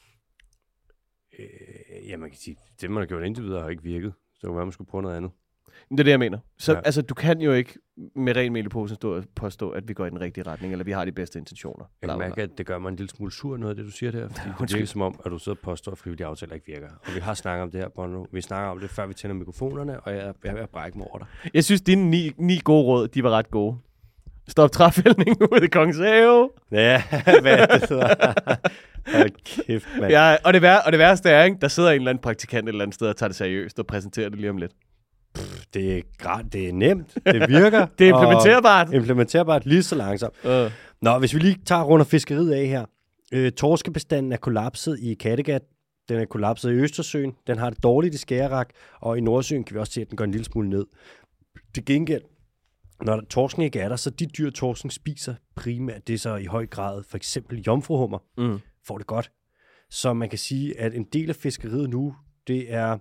Øh, ja, man kan sige, det man har gjort indtil videre har ikke virket, så det var, man skulle prøve noget andet. Det er det, jeg mener. Så ja. altså, du kan jo ikke med ren mel i posen stå og påstå, at vi går i den rigtige retning, eller vi har de bedste intentioner. Jeg kan mærke, at det gør mig en lille smule sur, noget af det, du siger der, fordi det virker som om, at du sidder og påstår, at frivillige aftaler ikke virker. Og vi har snakket om det her, Bono. Vi snakker om det, før vi tænder mikrofonerne, og jeg, jeg er ved at brække mig over dig. Jeg synes, dine ni, ni gode råd, de var ret gode. Stop træfældningen ude i Kongens Have. Ja, hvad er det hedder? Hold kæft, mand. Ja, og det, vær, og det værste er, ikke? Der sidder en eller anden praktikant et eller andet sted og tager det seriøst og præsenterer det lige om lidt. det, er gra- det er nemt, det virker. Det er implementerbart. Implementerbart lige så langsomt. Uh. Nå, hvis vi lige tager rundt af fiskeriet af her. Øh, torskebestanden er kollapset i Kattegat. Den er kollapset i Østersøen. Den har det dårligt i Skagerrak. Og i Nordsøen kan vi også se, at den går en lille smule ned. Til gengæld, når torsken ikke er der, så de dyr, torsken spiser primært, det er så i høj grad for eksempel jomfruhummer, Mm. får det godt. Så man kan sige, at en del af fiskeriet nu, det er,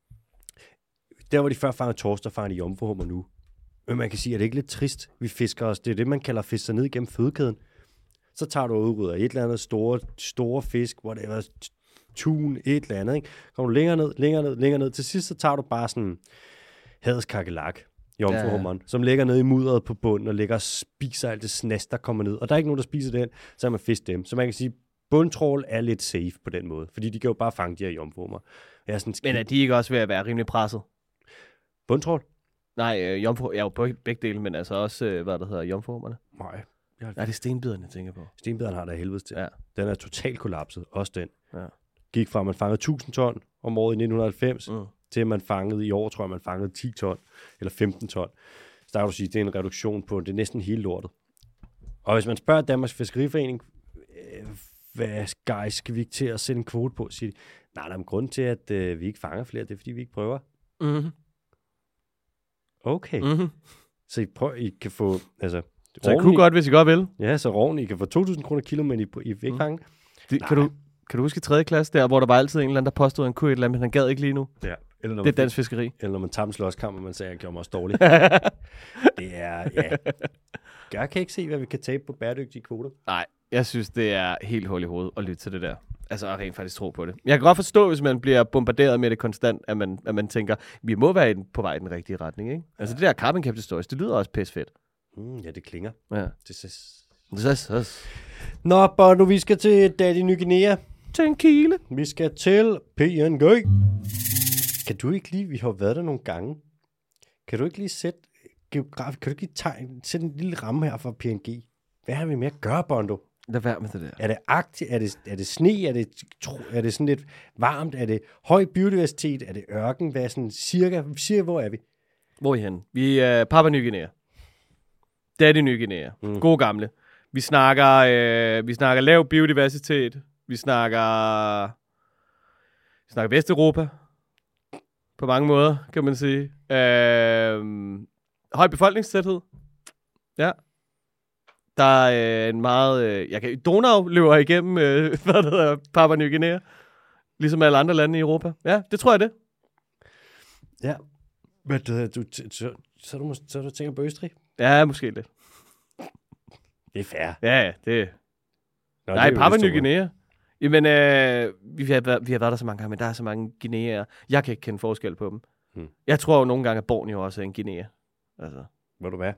der hvor de før fangede torsk, der fanger de jomfruhummer nu. Men man kan sige, at det ikke er lidt trist, vi fisker os. Det er det, man kalder fisker ned gennem fødekæden. Så tager du og udrydder et eller andet store, store fisk, hvor det er tun, et eller andet. Ikke? Kommer du længere ned, længere ned, længere ned. Til sidst så tager du bare sådan hadeskakelak, jomfruhummeren, ja, ja. som ligger nede i mudderet på bunden og ligger og spiser alt det snask, der kommer ned. Og der er ikke nogen, der spiser den, så man fisk dem. Så man kan sige, bundtrål er lidt safe på den måde, fordi de kan jo bare fange de her jomfruhummer. Er sådan Men er de ikke også ved at være rimelig presset? Bundtrål? Nej, øh, jomfru, jeg er jo begge dele, men altså også, øh, hvad der hedder, jomfruhummerne. Nej. Nej, det er stenbiderne, jeg tænker på. Stenbiderne har der helvedes til. Ja. Den er totalt kollapset, også den. Ja. Gik fra, at man fangede tusind ton om året i nitten halvfems, mm. til at man fangede i år, tror jeg, man fangede ti ton, eller femten ton. Så der kan du sige, det er en reduktion på, det er næsten hele lortet. Og hvis man spørger Danmarks Fiskeriforening, øh, hvad guys, skal vi ikke til at sætte en kvote på, så siger de, nej, der er en grund til, at øh, vi ikke fanger flere, det er, fordi vi ikke prøver. Mm-hmm. Okay. Mm-hmm. Så I, prøver, I kan få, altså... Så jeg kunne I, godt, hvis I godt vil. Ja, så roven, I kan få to tusind kroner kilo, men I, I vil ikke mm. fange. Det, kan, du, kan du huske i tredje klasse, der hvor der var altid en eller anden, der påstod, at han kunne et eller andet, men han gad ikke lige nu? Ja. Eller når det er dansk fiskeri. Eller når man tager en slåskamp, og man sagde, at jeg gjorde mig også dårligt. Det er, ja... Jeg kan ikke se, hvad vi kan tabe på bæredygtige kvoter. Nej, jeg synes, det er helt hul i hovedet at lytte til det der. Altså, at rent faktisk tro på det. Jeg kan godt forstå, hvis man bliver bombarderet med det konstant, at man, at man tænker, vi må være på vej i den rigtige retning, ikke? Altså, ja. Det der carbon capture stories, det lyder også pissefedt. Mm, ja, det klinger. Ja. Det ses. Det ses. Nå, Bono, vi skal til Daddy Ny Guinea. Til en kile. Vi skal til P N G. Kan du ikke lige, vi har været der nogle gange, kan du ikke lige sætte geografisk, kan du ikke lige tegne, sætte en lille ramme her for P N G? Hvad har vi med at gøre, Bondo? Lad være med det der. Er det agtigt? Er det, er det sne? Er det, er det sådan lidt varmt? Er det høj biodiversitet? Er det ørken? Hvad er sådan cirka? Cirka, hvor er vi? Hvor er I henne? Vi er Papua Ny Guinea. Daddy Ny Guinea. Mm. Gode gamle. Vi snakker, øh, vi snakker lav biodiversitet. Vi snakker, vi snakker Vesteuropa. På mange måder, kan man sige. Øh, høj befolkningstæthed. Ja. Der er øh, en meget... Øh, jeg kan, Donau løber igennem, øh, hvad der hedder, Papua Ny Guinea. Ligesom alle andre lande i Europa. Ja, det tror jeg det. Ja. Men du, du, så, så, du, så du tænker på Østrig? Ja, måske lidt. Det er fair. Ja, ja, det Nå, nej, det Papua Ny Guinea. Jamen, øh, vi, har været, vi har været der så mange gange, men der er så mange Guineaer. Jeg kan ikke kende forskel på dem. Hmm. Jeg tror jo nogle gange, at Borneo også er en Guinea. Altså. Ved du hvad?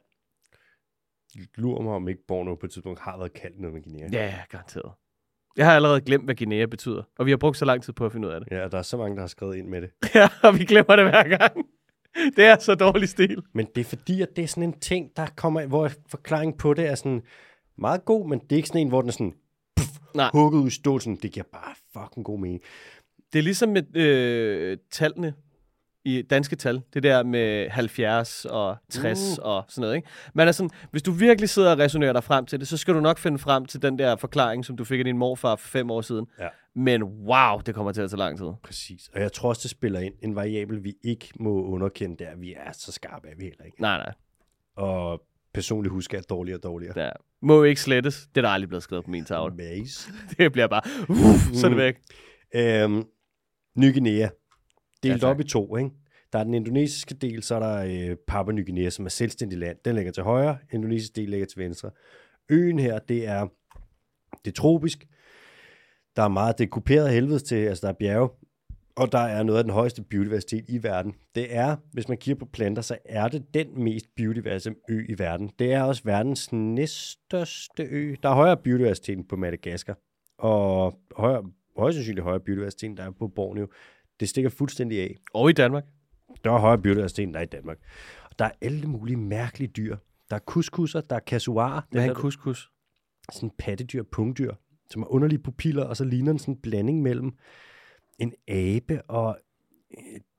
Lurer mig, om ikke Borneo på et tidspunkt har været kaldt noget med Guinea. Ja, garanteret. Jeg har allerede glemt, hvad Guinea betyder. Og vi har brugt så lang tid på at finde ud af det. Ja, der er så mange, der har skrevet ind med det. Ja, og vi glemmer det hver gang. Det er så dårlig stil. Men det er fordi, at det er sådan en ting, der kommer, hvor forklaringen på det er sådan meget god, men det er ikke sådan en, hvor den er sådan puff, hugget ud i stål, sådan, det giver bare fucking god mening. Det er ligesom med øh, tallene i danske tal. Det der med halvfjerds og tres uh. og sådan noget, ikke? Men altså, hvis du virkelig sidder og resonerer dig frem til det, så skal du nok finde frem til den der forklaring, som du fik af din morfar for fem år siden. Ja. Men wow, det kommer til at tage lang tid. Præcis. Og jeg tror også, det spiller ind en variabel, vi ikke må underkende, der vi er så skarpe, er vi heller ikke. Nej, nej. Og personligt husker jeg dårligere og dårligere. Ja. Må ikke slettes. Det er der aldrig blevet skrevet på min tavle. Maze. Det bliver bare, uff, så er det væk. Øhm, Ny Guinea. Delt ja, op i to, ikke? Der er den indonesiske del, så er der øh, Papua Ny Guinea, som er selvstændig land. Den ligger til højre, indonesiske del ligger til venstre. Øen her, det er, det er tropisk. Der er meget, det er kuperet helvedes til, altså der er bjerge, og der er noget af den højeste biodiversitet i verden. Det er, hvis man kigger på planter, så er det den mest biodiverse ø i verden. Det er også verdens næststørste ø. Der er højere biodiversitet på Madagaskar, og højere, højst sandsynligt højere biodiversitet, der er på Borneo. Det stikker fuldstændig af. Og i Danmark. Der er højere biodiversitet, end der er i Danmark. Og der er alle mulige mærkelige dyr. Der er kuskusser, der er kasuarer. Hvad er en kuskus? Sådan pattedyr, pungdyr, som har underlige pupiller, og så ligner den sådan en blanding mellem en abe og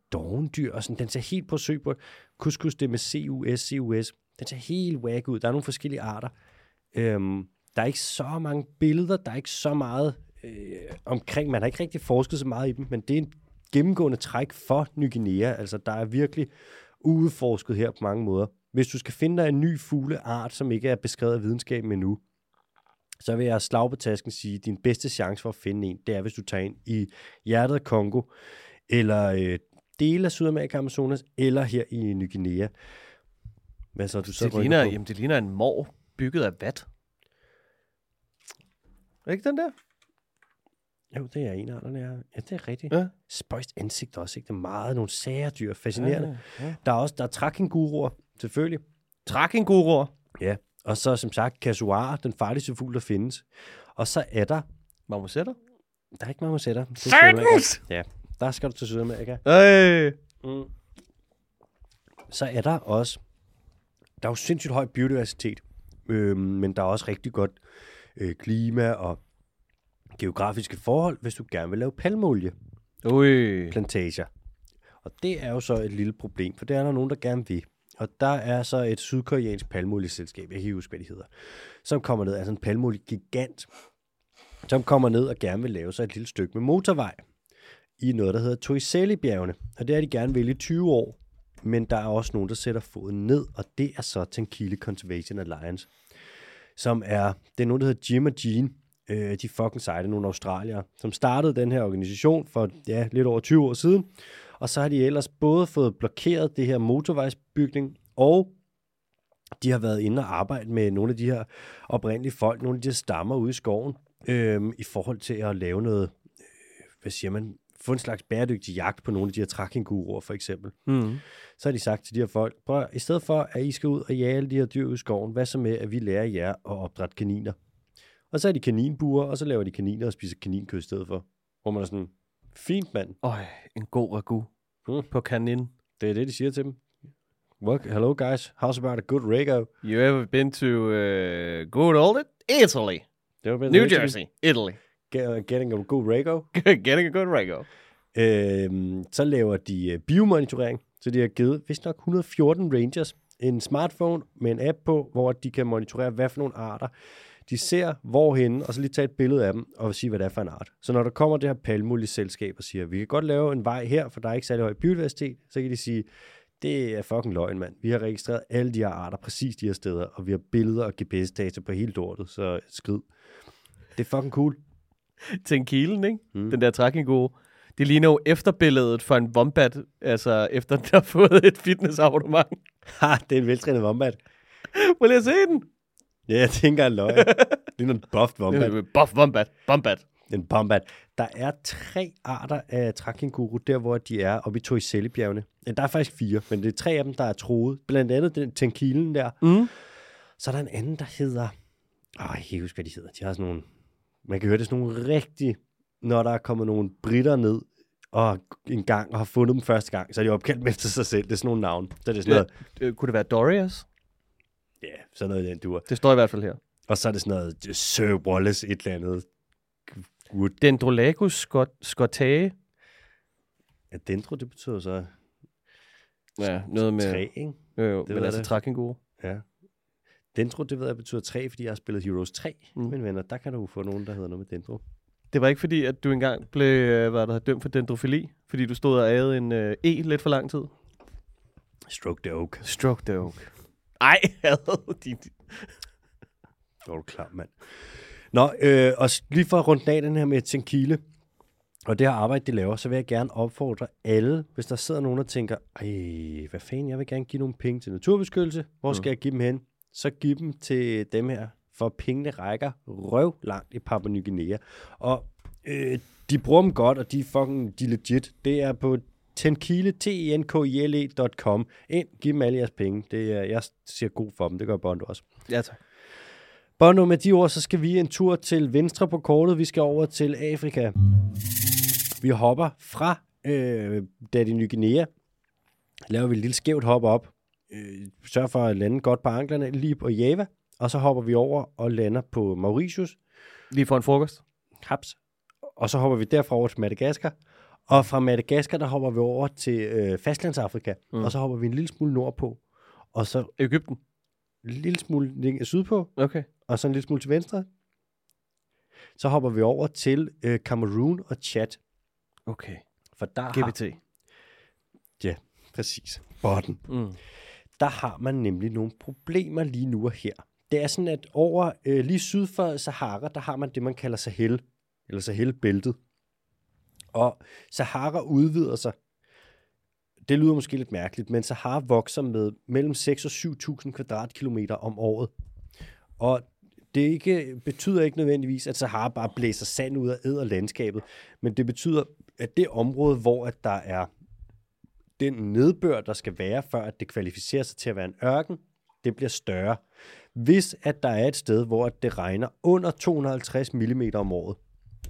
dovendyr, og sådan, den ser helt på søg på. Couscous, det med C U S, C U S. Den ser helt whack ud. Der er nogle forskellige arter. Øhm, der er ikke så mange billeder, der er ikke så meget øh, omkring. Man har ikke rigtig forsket så meget i dem, men det er en gennemgående træk for Ny Guinea. Altså, der er virkelig udforsket her på mange måder. Hvis du skal finde dig en ny fugleart, som ikke er beskrevet af videnskaben endnu, så vil jeg slag på tasken sige, at din bedste chance for at finde en, det er, hvis du tager ind i hjertet af Kongo, eller øh, dele af Sydamerika, Amazonas, eller her i Ny Guinea. Hvad så, du så det, ligner, jamen, det ligner en mor bygget af vat. Er ikke den der? Jo, det er en af dem, ja. Ja, det er rigtigt. Ja. Spøjst ansigt også, ikke? Det er meget nogle sagerdyr, fascinerende. Ja, ja. Der er også der er trækkenguruer, selvfølgelig. Trækkenguruer? Ja, og så som sagt, kasuar, den farligste fugl, der findes. Og så er der... Marmosetter? Der er ikke marmosetter. Sagtens! Ja, der skal du til Sydamerika. Hey. Mm. Så er der også... Der er jo sindssygt høj biodiversitet, øh, men der er også rigtig godt øh, klima og geografiske forhold, hvis du gerne vil lave palmeolie. Ui. Plantager. Og det er jo så et lille problem, for det er der nogen, der gerne vil. Og der er så et sydkoreansk palmeolieselskab, jeg kan ikke huske, hvad de hedder, som kommer ned, altså en palmeolie-gigant, som kommer ned og gerne vil lave sig et lille stykke med motorvej i noget, der hedder Toiseli-bjergene. Og det er de gerne vil i tyve år, men der er også nogen, der sætter foden ned, og det er så Tenkile Conservation Alliance, som er, det er nogen, der hedder Jim og Jean, øh, de fucking seje, nogle australiere, som startede den her organisation for ja, lidt over tyve år siden, og så har de ellers både fået blokeret det her motorvejsbygning, og de har været inde og arbejde med nogle af de her oprindelige folk, nogle af de her stammer ude i skoven, øh, i forhold til at lave noget, øh, hvad siger man, få en slags bæredygtig jagt på nogle af de her trækkenguruer, for eksempel. Mm. Så har de sagt til de her folk, prøv, i stedet for, at I skal ud og jage alle de her dyr ud i skoven, hvad så med, at vi lærer jer at opdrætte kaniner? Og så er de kaninbuer, og så laver de kaniner og spiser kaninkød i stedet for. Hvor man er sådan, fint mand. Øj, en god ragu Mm. på kanin. Det er det, de siger til dem. What? Hello guys, how's about a good rago? You ever been to uh, good old Italy? Det var New Jersey, Italy. Get, getting a good rago. Getting a good rago. Øhm, så laver de uh, biomonitorering, så de har givet, vist nok et hundrede og fjorten rangers, en smartphone med en app på, hvor de kan monitorere, hvad for nogle arter de ser, hvorhenne, og så lige tage et billede af dem, og sige, hvad det er for en art. Så når der kommer det her palmeolieselskab og siger, vi kan godt lave en vej her, for der er ikke særlig høj biodiversitet, så kan de sige, det er fucking løgn, mand. Vi har registreret alle de her arter, præcis de her steder, og vi har billeder og G P S-data på hele lortet, så skrid. Det er fucking cool. Tenkilen, ikke? Mm. Den der trækkengode. Det ligner jo efterbilledet for en wombat, altså efter den har fået et fitnessabonnement. Ha, det er en veltrænet wombat. Må jeg se den? Ja, jeg tænker en løg. Det er en buffed wombat. Buff wombat. Wombat. En wombat. Der er tre arter af trækkenguru, der hvor de er oppe i Toiseli-bjergene. Ja, der er faktisk fire, men det er tre af dem, der er troet. Blandt andet den tenkilen der. Mm. Så er der en anden, der hedder... Åh, jeg kan ikke huske, hvad de hedder. De har sådan nogle... Man kan høre det sådan nogle rigtig... Når der er kommet nogle britter ned og en gang og har fundet dem første gang, så er de opkaldt med til sig selv. Det er sådan nogle navne. Så er det sådan Ja, noget... kunne det være Dorias? Ja, sådan noget i den dur. Det står i hvert fald her. Og så er det sådan noget Sir Wallace et eller andet. Wood. Dendrolagus scot- scottae. Ja, dendro, det betyder så... Ja, noget med... Træ, ikke? Jo, jo, Det men ved altså det. trækkengode. Ja. Dendro, det ved jeg betyder træ, fordi jeg har spillet Heroes tre. Mm. Mm. Men venner, der kan du få nogen, der hedder noget med dendro. Det var ikke fordi, at du engang blev hvad der, dømt for dendrofili, fordi du stod og agede en øh, E lidt for lang tid. Stroke the oak. Stroke the oak. Ej, havde de... Hvor er du klar, mand. Nå, øh, og lige for at runde den af den her med Tenkile, og det her arbejde, de laver, så vil jeg gerne opfordre alle, hvis der sidder nogen, der tænker, ej, hvad fanden, jeg vil gerne give nogle penge til naturbeskyttelse. Hvor skal mm. jeg give dem hen? Så giv dem til dem her, for pengene rækker røv langt i Papua Ny Guinea. Og øh, de bruger dem godt, og de er fucking de er legit. Det er på Tenkile, T E N K I L E punktum com. Ind, giv dem alle jeres penge. Det er, jeg siger god for dem, det gør Bondo også. Ja, tak. Bondo, med de ord, så skal vi en tur til venstre på kortet. Vi skal over til Afrika. Vi hopper fra øh, Daddy Ny Guinea. Laver vi et lille skævt hop op. Øh, sørger for at lande godt på anklerne lige på Java. Og så hopper vi over og lander på Mauritius. Lige for en frokost. Haps. Og så hopper vi derfra over til Madagaskar. Og fra Madagaskar, der hopper vi over til øh, fastlandsafrika, mm. og så hopper vi en lille smule nordpå, og så Egypten? En lille smule længere sydpå, Okay. og så en lille smule til venstre. Så hopper vi over til øh, Cameroon og Chad. Okay. For der G B T. har... Ja, præcis. Botten. Mm. Der har man nemlig nogle problemer lige nu og her. Det er sådan, at over øh, lige syd for Sahara, der har man det, man kalder Sahel, eller Sahel-bæltet. Og Sahara udvider sig. Det lyder måske lidt mærkeligt, men Sahara vokser med mellem seks og syv tusind kvadratkilometer om året. Og det ikke, betyder ikke nødvendigvis, at Sahara bare blæser sand ud af æder landskabet, men det betyder, at det område, hvor at der er den nedbør, der skal være, før at det kvalificerer sig til at være en ørken, det bliver større. Hvis at der er et sted, hvor det regner under to hundrede og halvtreds millimeter om året,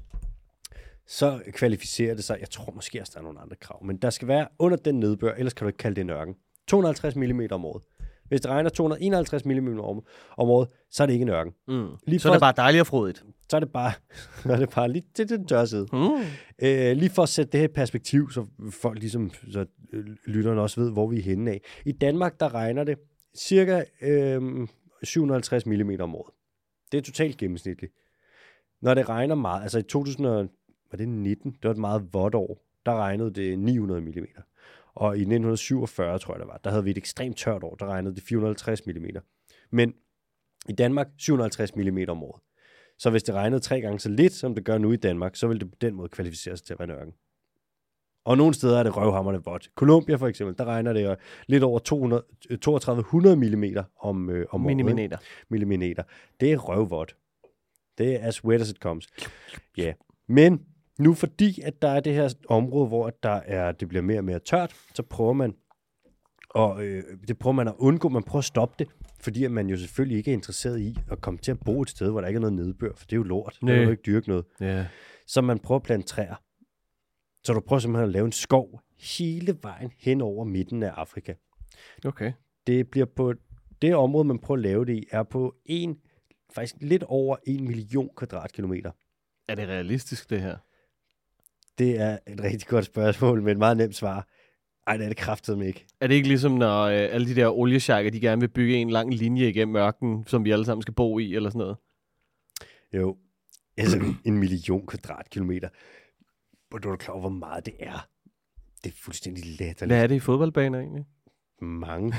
så kvalificerer det sig. Jeg tror måske også, der er nogle andre krav, men der skal være under den nedbør, ellers kan du ikke kalde det en ørken. to hundrede og halvtreds millimeter om året. Hvis det regner to hundrede og enoghalvtreds millimeter om, om året, så er det ikke en ørken. Mm. Lige Så for, er det bare dejligt og frodigt. Så er det bare, så er det bare lige til den tørre side. Mm. Øh, lige for at sætte det her i perspektiv, så folk ligesom, så lytterne også ved, hvor vi er henne af. I Danmark, der regner det cirka øh, syv hundrede og halvtreds millimeter om året. Det er totalt gennemsnitligt. Når det regner meget, altså i to tusind nitten, det var et meget vådt år, der regnede det ni hundrede millimeter. Og i nitten syvogfyrre, tror jeg det var, der havde vi et ekstremt tørt år, der regnede det fire hundrede og halvtreds millimeter. Men i Danmark syv hundrede og halvtreds millimeter om året. Så hvis det regnede tre gange så lidt, som det gør nu i Danmark, så vil det på den måde kvalificere sig til at være en ørken. Og nogle steder er det røvhamrende vådt. Colombia for eksempel, der regner det lidt over to hundrede, to tusind tre hundrede millimeter om, øh, om året. Millimeter. Millimeter. Det er røvvådt. Det er as wet as it comes. Ja, yeah. Men nu fordi, at der er det her område, hvor der er, det bliver mere og mere tørt, så prøver man, og øh, det prøver man at undgå, man prøver at stoppe det, fordi at man jo selvfølgelig ikke er interesseret i at komme til at bo et sted, hvor der ikke er noget nedbør, for det er jo lort. Der kan jo ikke dyrke noget. Yeah. Så man prøver at plante træer. Så du prøver simpelthen at lave en skov hele vejen hen over midten af Afrika. Okay. Det bliver på det område, man prøver at lave det i, er på en, faktisk lidt over en million kvadratkilometer. Er det realistisk, det her? Det er et rigtig godt spørgsmål, men et meget nemt svar. Ej, det er det kraftedeme ikke. Er det ikke ligesom, når øh, alle de der olieshakker, de gerne vil bygge en lang linje igennem ørkenen, som vi alle sammen skal bo i, eller sådan noget? Jo, altså en million kvadratkilometer. Og du er klar over, hvor meget det er. Det er fuldstændig latterligt. Hvad er det i fodboldbaner egentlig? Mange.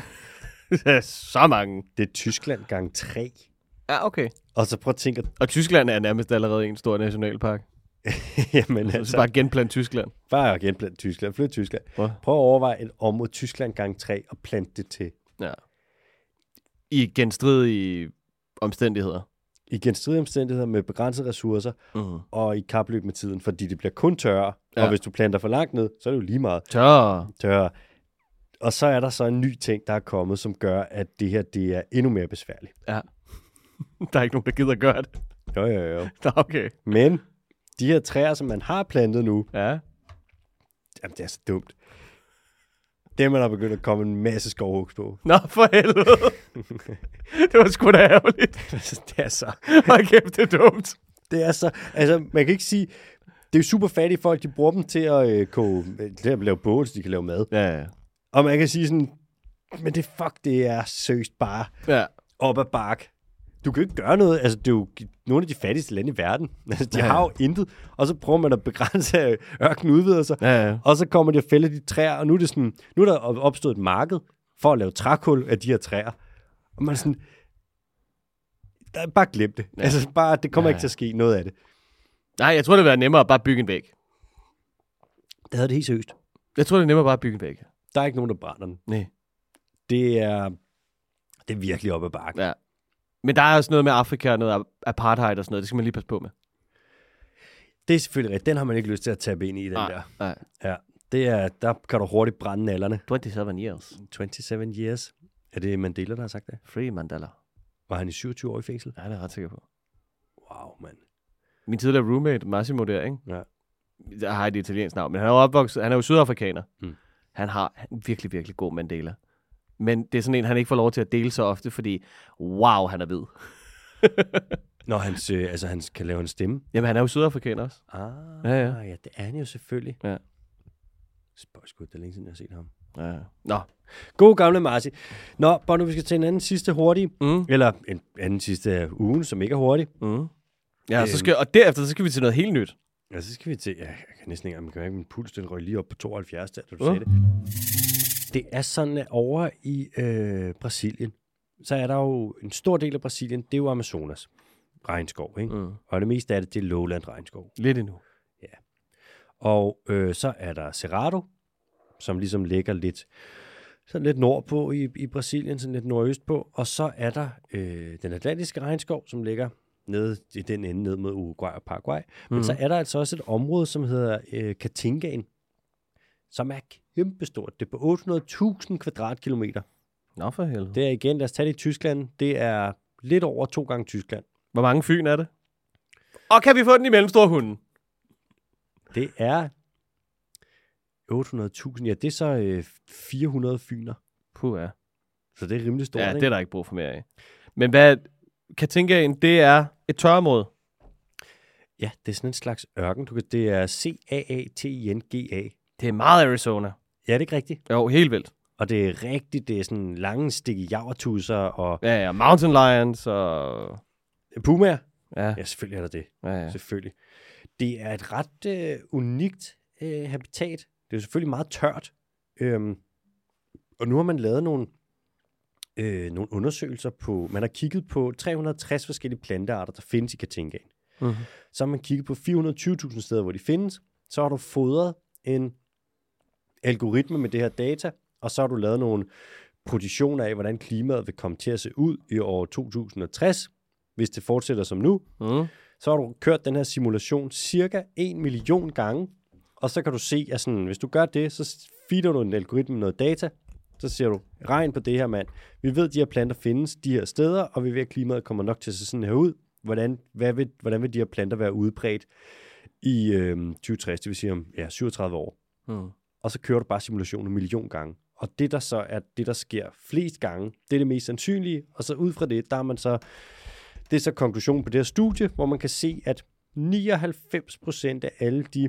Så mange. Det er Tyskland gang tre. Ja, okay. Og så prøv at tænke... Og Tyskland er nærmest allerede en stor nationalpark. Jamen altså... altså... Så bare genplant Tyskland. Bare genplant Tyskland. Flyt Tyskland. Hvad? Prøv at overveje et område Tyskland gang tre og plante det til. Ja. I genstridige omstændigheder. I genstridige omstændigheder med begrænsede ressourcer, mm. og i kapløb med tiden, fordi det bliver kun tørre. Ja. Og hvis du planter for langt ned, så er det jo lige meget tørre. tørre. Og så er der så en ny ting, der er kommet, som gør, at det her det er endnu mere besværligt. Ja. Der er ikke nogen, der gider gøre det. Jo, jo, jo. Nå, okay. Men de her træer, som man har plantet nu, ja. Jamen, det er så dumt. Dem er der begyndt at komme en masse skovhugs på. Nå, for helvede. Det var sgu da ærgerligt. Det er så... Hold kæft, det er dumt. Det er så... Altså, man kan ikke sige... Det er jo super fattige folk, de bruger dem til at, øh, koge, til at lave bål, så de kan lave mad. Ja, ja. Og man kan sige sådan... Men det fuck, det er søst bare ja. op ad bark. Du kan jo ikke gøre noget. Altså, det er jo nogle af de fattigste lande i verden. Altså, de ja, ja. har jo intet. Og så prøver man at begrænse, at ørkenen udvider sig. Ja, ja. Og så kommer de at fælde de træer. Og nu er, det sådan, nu er der opstået et marked for at lave trækul af de her træer. Og man er sådan... Der er bare glem det. Ja. Altså, bare, det kommer ja, ja. ikke til at ske noget af det. Nej, jeg tror, det ville være nemmere at bare bygge en væg. Det havde det helt seriøst. Jeg tror, det er nemmere bare at bygge en væg. Der er ikke nogen, der brænder den. Nej. Det er, det er virkelig op ad bakken. Ja. Men der er også noget med Afrika og noget apartheid og sådan noget. Det skal man lige passe på med. Det er selvfølgelig rigtigt. Den har man ikke lyst til at tabe ind i, den nej, der. Nej. Ja, det er, der kan du hurtigt brænde nallerne. twenty-seven years. twenty-seven years. Er det Mandela, der har sagt det? Free Mandela. Var han i syvogtyve år i fængsel? Ja, det er jeg ret sikker på. Wow, mand. Min tidligere roommate, Massimo der, ikke? Ja. Jeg har et italiensk navn, men han er jo opvokset, han er jo sydafrikaner. Mm. Han har en virkelig, virkelig god Mandela. Men det er sådan en, han ikke får lov til at dele så ofte, fordi wow, han er hvid. Når hans, øh, altså, han kan lave en stemme. Jamen, han er jo sydafrikaner også. Ah, ja, ja. ja, det er han jo selvfølgelig. Ja. Spøjskud, det er længe siden, jeg har set ham. Ja. Nå. God gamle Marty. Nå, Bono, vi skal til en anden sidste hurtig. Mm. Eller en anden sidste af ugen, som ikke er hurtig. Mm. Ja, så skal, og derefter så skal vi til noget helt nyt. Ja, så skal vi til... Ja, jeg kan næsten ikke... Man kan mærke, min puls, den røg lige op på tooghalvfjerds, da du Mm. sagde det. Det er sådan, at over i øh, Brasilien, så er der jo en stor del af Brasilien, det er jo Amazonas regnskov, ikke? Mm. Og det meste af det, det er lowland regnskov. Lidt endnu. Og øh, så er der Cerrado, som ligesom ligger lidt, sådan lidt nordpå i, i Brasilien, sådan lidt nordøst på. Og så er der øh, den atlantiske regnskov, som ligger nede i den ende, ned mod Uruguay og Paraguay. Men Mhm. så er der altså også et område, som hedder øh, Caatingaen, som er kæmpestort. Det er på otte hundrede tusind kvadratkilometer. Nå for helvede. Det er igen, lad os tage det i Tyskland, det er lidt over to gange Tyskland. Hvor mange fyn er det? Og kan vi få den i mellemstore hunden? Det er otte hundrede tusind, ja, det er så øh, fire hundrede fyner. Puh, ja. Så det er rimelig stort, Ja, ikke? det er der ikke brug for mere af. Men hvad Caatingaen, det er et tørreområde. Ja, det er sådan en slags ørken. Du kan, det er C A A T I N G A. Det er meget Arizona. Ja, det er ikke rigtigt. Jo, helt vildt. Og det er rigtigt, det er sådan lange stikke javertusser og Ja, ja, mountain lions og... pumaer. Ja, Ja, selvfølgelig er der det. ja, ja. Selvfølgelig. Det er et ret øh, unikt øh, habitat. Det er jo selvfølgelig meget tørt. Øhm, og nu har man lavet nogle, øh, nogle undersøgelser på... Man har kigget på tre hundrede og tres forskellige plantearter, der findes i Caatingaen. Mm-hmm. Så har man kigget på fire hundrede og tyve tusind steder, hvor de findes. Så har du fodret en algoritme med det her data, og så har du lavet nogle projektioner af, hvordan klimaet vil komme til at se ud i år to tusind og tres, hvis det fortsætter som nu. Mm. Så har du kørt den her simulation cirka en million gange, og så kan du se, at sådan, hvis du gør det, så feeder du en algoritme med noget data, så siger du, regn på det her, mand. Vi ved, at de her planter findes de her steder, og vi ved, at klimaet kommer nok til at se sådan her ud. Hvordan, hvad vil, hvordan vil de her planter være udbredt i øh, tyve tres, det vil sige om ja, syvogtredive år. Mm. Og så kører du bare simulationen en million gange. Og det, der så er det, der sker flest gange, det er det mest sandsynlige, og så ud fra det, der er man så, det er så konklusionen på det her studie, hvor man kan se, at nioghalvfems procent af alle de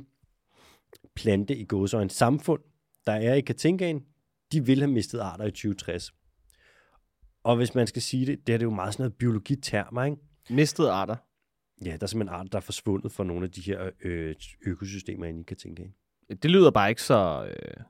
plante i gåseøjne samfund, der er i Caatingaen, de vil have mistet arter i tyve tres. Og hvis man skal sige det, det er det jo meget sådan noget biologitermer, ikke? Mistede arter. Ja, der er simpelthen arter, der er forsvundet fra nogle af de her øh, økosystemer inde i Caatingaen. Det lyder bare ikke så... Øh,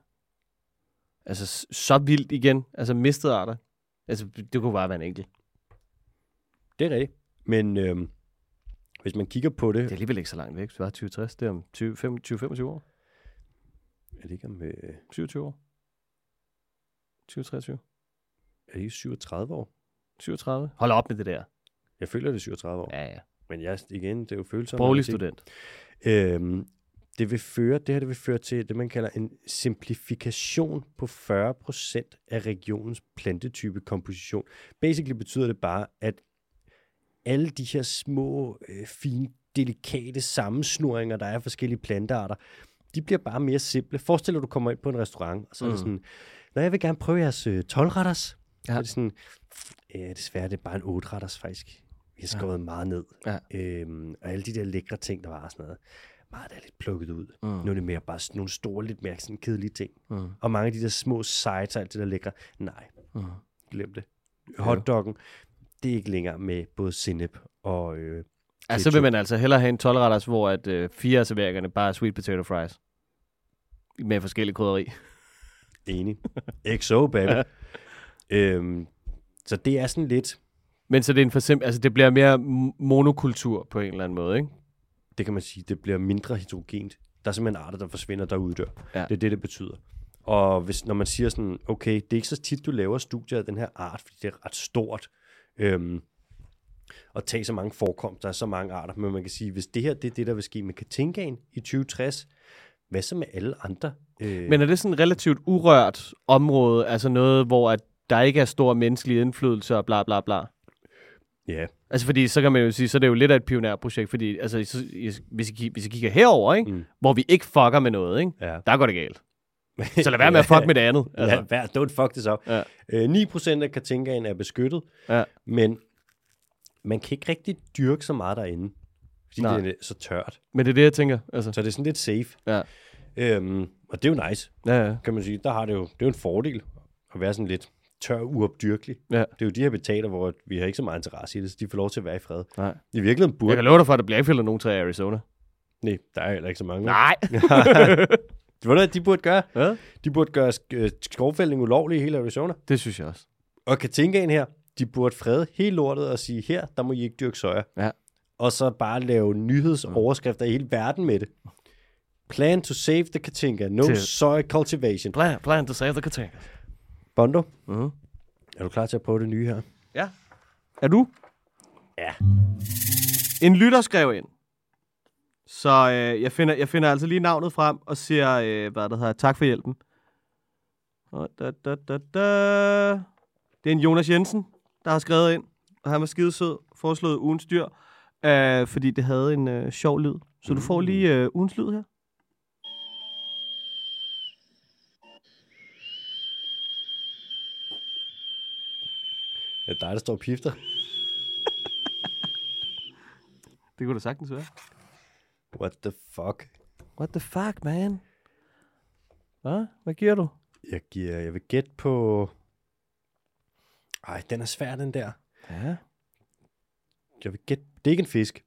altså, s- så vildt igen. Altså, mistede arter. Altså, det kunne bare være en enkelt. Det er rigtigt. Men øh, hvis man kigger på det... Det er alligevel ikke så langt væk. Det var tyve tres. Det er om tyve femogtyve år. Er det ikke om... Øh, syvogtyve år. tyve treogtyve. er det ikke syvogtredive år? syvogtredive. Hold op med det der. Jeg føler, det er syvogtredive år. Ja, ja. Men jeg, igen, det er jo følsomt. Sproglig student. Øhm, det vil føre, det her det vil føre til det, man kalder en simplifikation på fyrre procent af regionens plantetype komposition. Basically betyder det bare, at alle de her små, øh, fine, delikate sammensnuringer, der er af forskellige plantearter, de bliver bare mere simple. Forestil dig, at du kommer ind på en restaurant, og så er det Mm. sådan, når jeg vil gerne prøve jeres øh, tolv-retters, Ja. så er det sådan, ja, desværre, det er bare en otte-retters faktisk. Vi har skåret ja. meget ned. Ja. Øhm, og alle de der lækre ting, der var sådan noget, meget er lidt plukket ud. Mm. Nu er det mere bare sådan nogle store, lidt mere sådan kedelige ting. Mm. Og mange af de der små sides og alt det der lækre, nej, Mm. glem det. Hotdoggen, det er ikke længere med både sennep og... Øh, Altså, så vil man altså hellere have en tolv-retters, hvor at, øh, fire af serveringerne bare er sweet potato fries. Med forskellige krydderi. enig. Ikke so, baby. øhm, så det er sådan lidt... Men så det er en for simp- altså det bliver mere m- monokultur på en eller anden måde, ikke? Det kan man sige, det bliver mindre heterogent. Der er simpelthen arter, der forsvinder, der uddør. Ja. Det er det, det betyder. Og hvis, når man siger sådan, okay, det er ikke så tit, du laver studier af den her art, fordi det er ret stort, øhm, og tage så mange forekomster, der er så mange arter, men man kan sige, hvis det her, det er det, der vil ske med Caatingaen i tyve tres, hvad så med alle andre? Øh, Men er det sådan et relativt urørt område, altså noget, hvor at der ikke er stor menneskelig indflydelse og bla bla bla? ja, Altså fordi, så kan man jo sige, så er det jo lidt af et pionerprojekt, fordi altså, så, hvis, I, hvis I kigger herover, ikke? Mm. Hvor vi ikke fucker med noget, ikke? ja. Der går det galt. Så lad være med at fuck med det andet. Altså. Altså. Ja, don't fuck this up. Ja. Øh, ni procent af Caatingaen er beskyttet, Ja. men man kan ikke rigtig dyrke så meget derinde, fordi Nej. det er så tørt. Men det er det, jeg tænker. Altså. Så det er sådan lidt safe. Ja. Øhm, og det er jo nice, Ja, ja. kan man sige. Der har det jo, det er jo en fordel at være sådan lidt tør og uopdyrkelig. Ja. Det er jo de habitater, hvor vi har ikke så meget interesse i det, så de får lov til at være i fred. Nej. I virkeligheden burde... Jeg kan love dig for, at der bliver ikke fældet nogen træer i Arizona. Nej, der er heller ikke så mange. Nej. Det var det, de burde gøre. Ja. De burde gøre sk- øh, skovfældning ulovlig i hele Arizona. Det synes jeg også. Og Katingaen her, de burde frede hele lortet og sige, her, der må I ikke dyrke soja. Ja. Og så bare lave nyhedsoverskrifter i hele verden med det. Plan to save the Katinga. No Til- soy cultivation. Plan, plan to save the Katinga. Bondo, Mm. er du klar til at prøve det nye her? Ja. Er du? Ja. En lytter skrev ind. Så øh, jeg, finder, jeg finder altså lige navnet frem og siger, øh, hvad der hedder, tak for hjælpen. Og da, da, da, da. Det er en Jonas Jensen, der har skrevet ind. Og han var skidesød, foreslået ugens dyr, øh, fordi det havde en øh, sjov lyd. Så du får lige øh, ugens lyd her. Det er dig, der står og pifter. Det kunne da sagtens være. What the fuck? What the fuck, man? Hvad? Hvad giver du? Jeg giver, jeg vil gætte på... Ej, den er svær, den der. Ja. Jeg vil gætte... Det er ikke en fisk.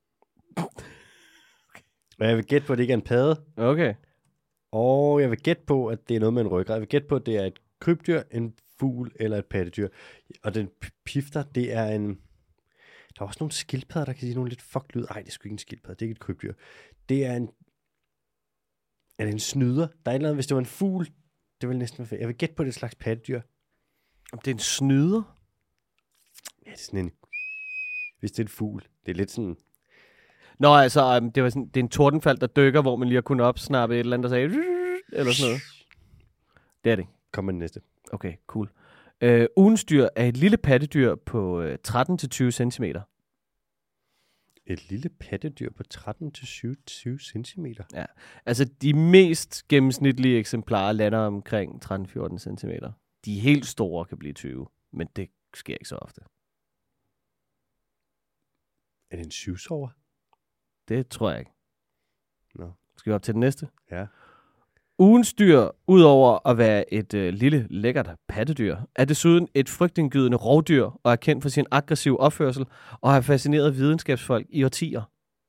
Og jeg vil gætte på, at det ikke er en padde. Okay. Og jeg vil gætte på, at det er noget med en ryggrad. Jeg vil gætte på, at det er et krybdyr, en fugl eller et pattedyr. Og den p- pifter, det er en... Der er også nogle skildpadder, der kan sige nogle lidt fuck lyd. Ej, det er sgu ikke en skildpadde. Det er ikke et krybdyr. Det er en... Er det en snyder? Der er et eller andet, hvis det var en fugl, det ville næsten være fedt. Jeg vil gætte på, at det er et slags pattedyr. Om det er en snyder? Ja, det er sådan en... Hvis det er en fugl. Det er lidt sådan... Nå, altså, um, det, var sådan, det er en tordenfald, der dykker, hvor man lige har kunnet opsnappe et eller andet, der sagde... Eller sådan noget. Det er det. Kom med den næste. Okay, cool. Uh, ugens dyr er et lille pattedyr på uh, tretten til tyve centimeter. Et lille pattedyr på tretten til syvogtyve centimeter. Ja. Altså, de mest gennemsnitlige eksemplarer lander omkring tretten til fjorten centimeter. De helt store kan blive tyve, men det sker ikke så ofte. Er det en syvsover? Det tror jeg ikke. Nå. Skal vi op til den næste? Ja. Ugens dyr, udover at være et øh, lille, lækkert pattedyr, er desuden et frygtindgydende rovdyr og er kendt for sin aggressive opførsel og har fascineret videnskabsfolk i årtier.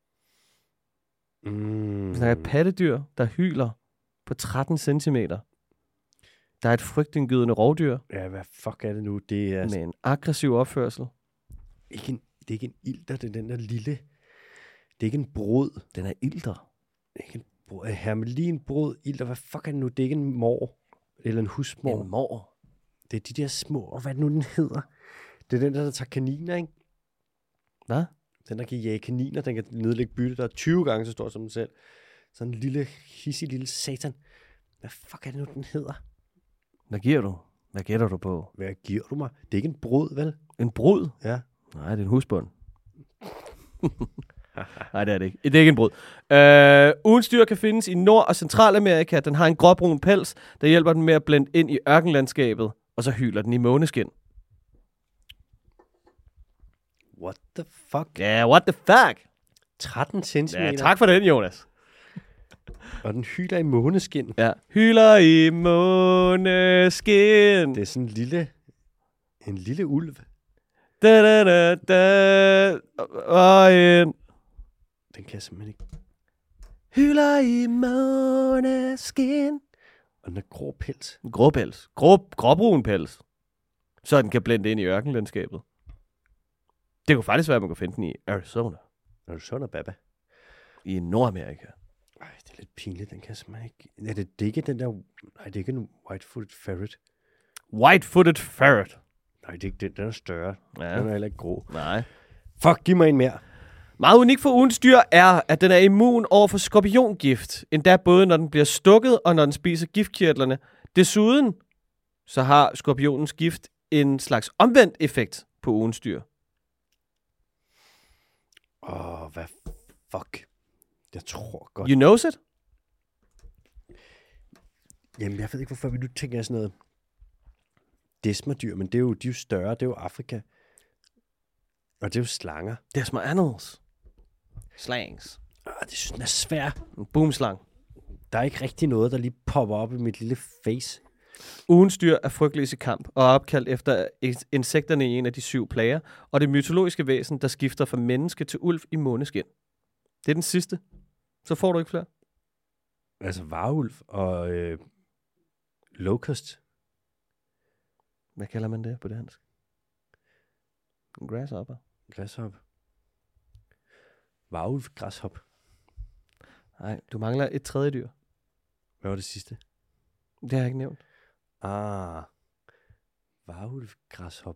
Mm. Vi snakker et pattedyr, der hyler på tretten centimeter. Der er et frygtindgydende rovdyr Ja, hvad fuck er det nu? Det er med en aggressiv opførsel. ikke en, det er ikke en ilter, det er den der lille... Det er ikke en brud. Den er ilter. Det er ikke en brud. Hermelinbrud, ilter, hvad fuck er det nu? Det er ikke en mor. Eller en husmor. En mor. Det er de der små... Og hvad er det nu, den hedder? Det er den der, der tager kaniner, ikke? Hvad? Den, der kan jage kaniner, den kan nedlægge bytte, der er tyve gange så stor som den selv. Sådan en lille, hissig lille satan. Hvad fuck er det nu, den hedder? Hvad giver du? Hvad gætter du på? Hvad giver du mig? Det er ikke en brud, vel? En brud? Ja. Nej, det er en husbund. Nej, det er det ikke. Det er ikke en brud. Øh, ugens dyr kan findes i Nord- og Centralamerika. Den har en gråbrun pels, der hjælper den med at blende ind i ørkenlandskabet, og så hyler den i måneskin. What the fuck? Ja, yeah, what the fuck? tretten centimeter. Ja, tak for den, Jonas. Og den hyler i måneskin. Ja. Hyler i måneskin. Det er sådan en lille... En lille ulv. Da, da, da, da. Og en... Den kan jeg simpelthen ikke... Hyler i måneskin. Og den er grå pels. Gråpels. Grå, gråbrun pels. Så den kan blende ind i ørkenlandskabet. Det kunne faktisk være, at man kunne finde den i Arizona. Er du sådan, Baba? I Nordamerika. Ej, det er lidt pinligt. Den kan jeg simpelthen ikke... Er det, det er ikke den der... Nej, det er ikke en white-footed ferret. White-footed ferret. Nej, det er ikke den. Den er større. Ja. Den er heller ikke grå. Nej. Fuck, giv mig en mere. Meget unikt for ugens dyr er, at den er immun over for skorpiongift. Endda både når den bliver stukket og når den spiser giftkirtlerne. Desuden så har skorpionens gift en slags omvendt effekt på ugens dyr. Åh, oh, hvad fuck. Jeg tror godt... You knows it? Jamen, jeg ved ikke, hvorfor vi nu tænker sådan noget... Desmerdyr, men det er jo, de er jo større. Det er jo Afrika. Og det er jo slanger. Det er små animals. Slangs. Ah, det synes jeg er svært. En boomslang. Der er ikke rigtig noget, der lige popper op i mit lille face. Ugens dyr er frygtløs i kamp og er opkaldt efter insekterne i en af de syv plager, og det mytologiske væsen, der skifter fra menneske til ulv i måneskin. Det er den sidste. Så får du ikke flere. Altså varulv og øh, locust. Hvad kalder man det på dansk? En grasshopper. Græshop. Varulv, græshop. Nej, du mangler et tredje dyr. Hvad var det sidste? Det har jeg ikke nævnt. Ah. Varulv, græshop.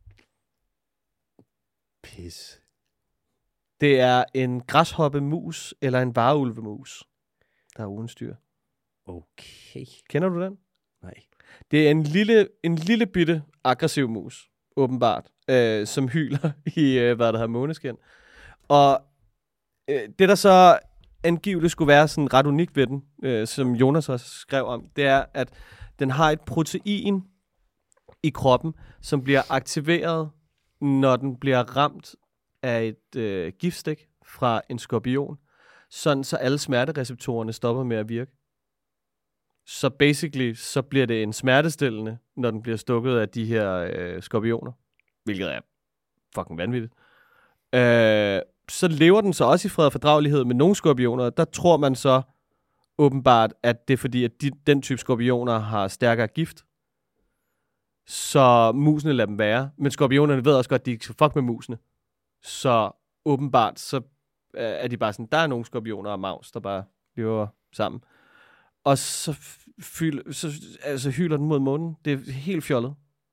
Pis. Det er en græshoppemus eller en varulvemus, der er ugens dyr. Okay. Kender du den? Nej. Det er en lille, en lille bitte aggressiv mus, åbenbart, øh, som hyler i, øh, hvad der hedder, måneskin. Og øh, det, der så angiveligt skulle være sådan ret unikt ved den, øh, som Jonas også skrev om, det er, at den har et protein i kroppen, som bliver aktiveret, når den bliver ramt af et øh, giftstik fra en skorpion, sådan så alle smertereceptorerne stopper med at virke. Så basically, så bliver det en smertestillende, når den bliver stukket af de her øh, skorpioner, hvilket er fucking vanvittigt. Øh, så lever den så også i fred og fordragelighed med nogle skorpioner. Der tror man så åbenbart, at det er fordi, at de, den type skorpioner har stærkere gift, så musene lader dem være. Men skorpionerne ved også godt, at de ikke skal fuck med musene. Så åbenbart, så er de bare sådan, der er nogle skorpioner og maus, der bare lever sammen. Og så, fyl, så altså, hyler den mod månen. Det er helt fjollet.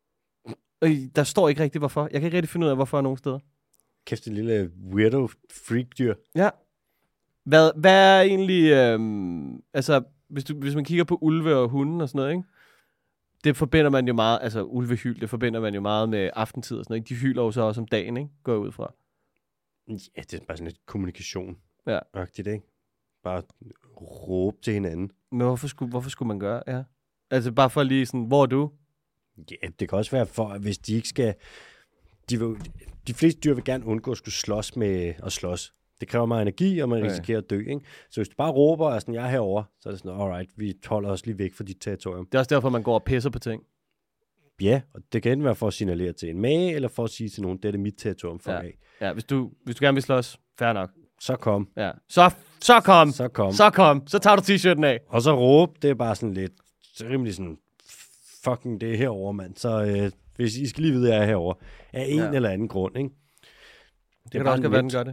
Og der står ikke rigtig, hvorfor. Jeg kan ikke rigtig finde ud af, hvorfor nogen steder. Kæft, det lille weirdo freak-dyr. Ja. Hvad, hvad er egentlig... Øhm, altså, hvis, du, hvis man kigger på ulve og hunde og sådan noget, ikke? Det forbinder man jo meget... Altså, ulvehyl, det forbinder man jo meget med aftentid og sådan noget, ikke? De hyler jo så også om dagen, ikke? Går jeg ud fra. Ja, det er bare sådan lidt kommunikation. Ja. Agtigt, ikke? Bare råbe til hinanden. Men hvorfor skulle, hvorfor skulle man gøre? Ja. Altså, bare for lige sådan, hvor er du? Ja, det kan også være for, at hvis de ikke skal... De, vil, de fleste dyr vil gerne undgå at skulle slås med at slås. Det kræver meget energi, og man Ja. risikerer at dø, ikke? Så hvis du bare råber, og sådan, jeg er herovre, så er det sådan, alright, vi holder os lige væk fra dit territorium. Det er også derfor, man går og pisser på ting. Ja, og det kan enten være for at signalere til en mage, eller for at sige til nogen, det er det mit territorium for Ja. af. Ja, hvis du, hvis du gerne vil slås, fair nok. Så kom. Ja. Så, så kom! Så kom. Så kom! Så tager du t-shirten af. Og så råb, det er bare sådan lidt, så rimelig sådan, fucking det er herovre, mand. Så øh, hvis I skal lige vide, at jeg er herovre, af en Ja. eller anden grund, ikke? Det, det kan da også godt være, den gør det.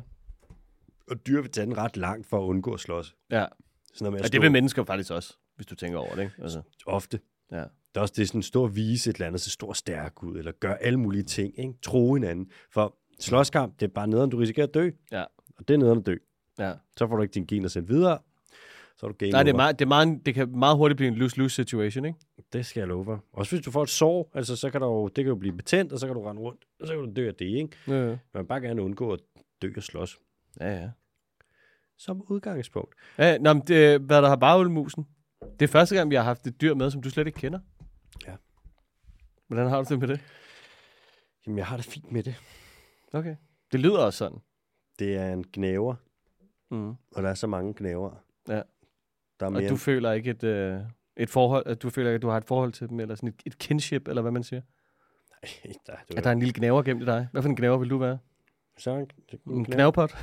Og dyr vil tage den ret langt for at undgå at slås. Ja. Sådan noget med at Og stå det vil mennesker faktisk også, hvis du tænker over det, ikke? Altså, ofte. ja. Der er også det sådan stor vise et eller andet, så stor stærk ud, eller gør alle mulige ting, ikke? Tro hinanden. For slåskamp, det er bare nederen, du risikerer at dø. Ja. Og det er nederen at dø. Ja. Så får du ikke din gener sendt videre. Så er du game Nej, det, er over. meget, det, er meget, det kan meget hurtigt blive en lose-lose situation, ikke? Det skal jeg love for. Også hvis du får et sår, altså så kan der jo, det kan jo blive betændt, og så kan du rende rundt, og så kan du dø af det, ikke? Ja, ja. Man vil bare gerne undgå at dø og slås. Ja, ja. Som udgangspunkt. ja nå, men det, hvad der har bagulmusen. Det er første gang, vi har haft et dyr med, som du slet ikke kender. Ja. Hvordan har du det med det? Jamen, jeg har det fint med det. Okay. Det lyder også sådan. Det er en gnæver, Mm. og der er så mange gnæver. Ja. Der er Og mere du føler ikke et, øh, et forhold, at du føler ikke, at du har et forhold til dem, eller sådan et, et kinship, eller hvad man siger? Nej, der, det At der er en lille gnæver gemt i dig. Hvad for en gnæver vil du være? Så en, En gnævpot?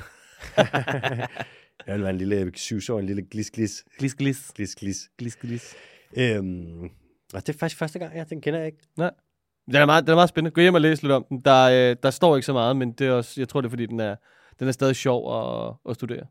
Jeg vil være en lille syvsår, en lille glis-glis. Glis, glis. Glis-glis. Glis, glis. Øhm, og det er faktisk første gang, ja, den kender jeg ikke. Nej. Den er, meget, den er meget spændende. Gå hjem og læs lidt om den. Der, øh, der står ikke så meget, men det er også, jeg tror, det er, fordi den er, den er stadig sjov at, at studere.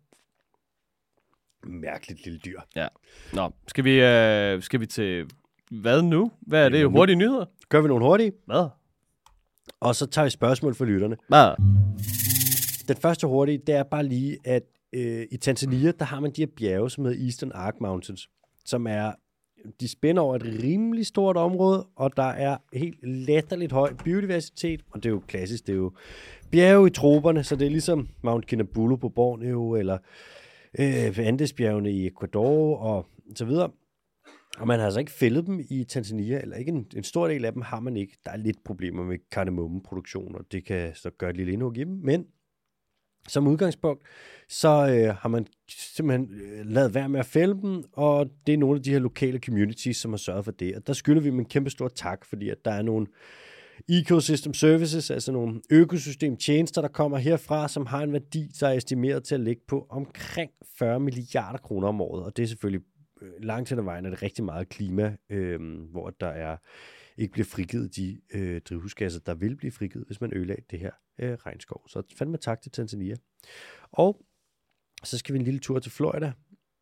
Mærkeligt lille dyr. Ja. Nå, skal vi, øh, skal vi til... Hvad nu? Hvad er det? Jamen, nu- Hurtige nyheder? Gør vi nogle hurtige, Hvad? og så tager vi spørgsmål for lytterne. Hvad? Den første hurtige, det er bare lige, at øh, i Tanzania, der har man de her bjerge, som hedder Eastern Arc Mountains, som er, de spænder over et rimelig stort område, og der er helt latterligt høj biodiversitet, og det er jo klassisk, det er jo bjerge i troperne, så det er ligesom Mount Kinabalu på Borneo, eller øh, Andesbjergene i Ecuador, og så videre. Og man har altså ikke fældet dem i Tanzania, eller ikke en, en stor del af dem har man ikke. Der er lidt problemer med kardemommeproduktion, og det kan så gøre et lille indhug i dem, men som udgangspunkt, så øh, har man simpelthen øh, lavet være med at fælde dem, og det er nogle af de her lokale communities, som har sørget for det. Og der skylder vi dem en kæmpe stor tak, fordi at der er nogle ecosystem services, altså nogle økosystemtjenester, der kommer herfra, som har en værdi, der er estimeret til at ligge på omkring fyrre milliarder kroner om året, og det er selvfølgelig øh, langt hen ad vejen, er det rigtig meget klima, øh, hvor der er ikke bliver frigivet de øh, drivhusgasser, der vil blive frigivet, hvis man ødelagde det her øh, regnskov. Så fandme tak til Tanzania. Og så skal vi en lille tur til Florida.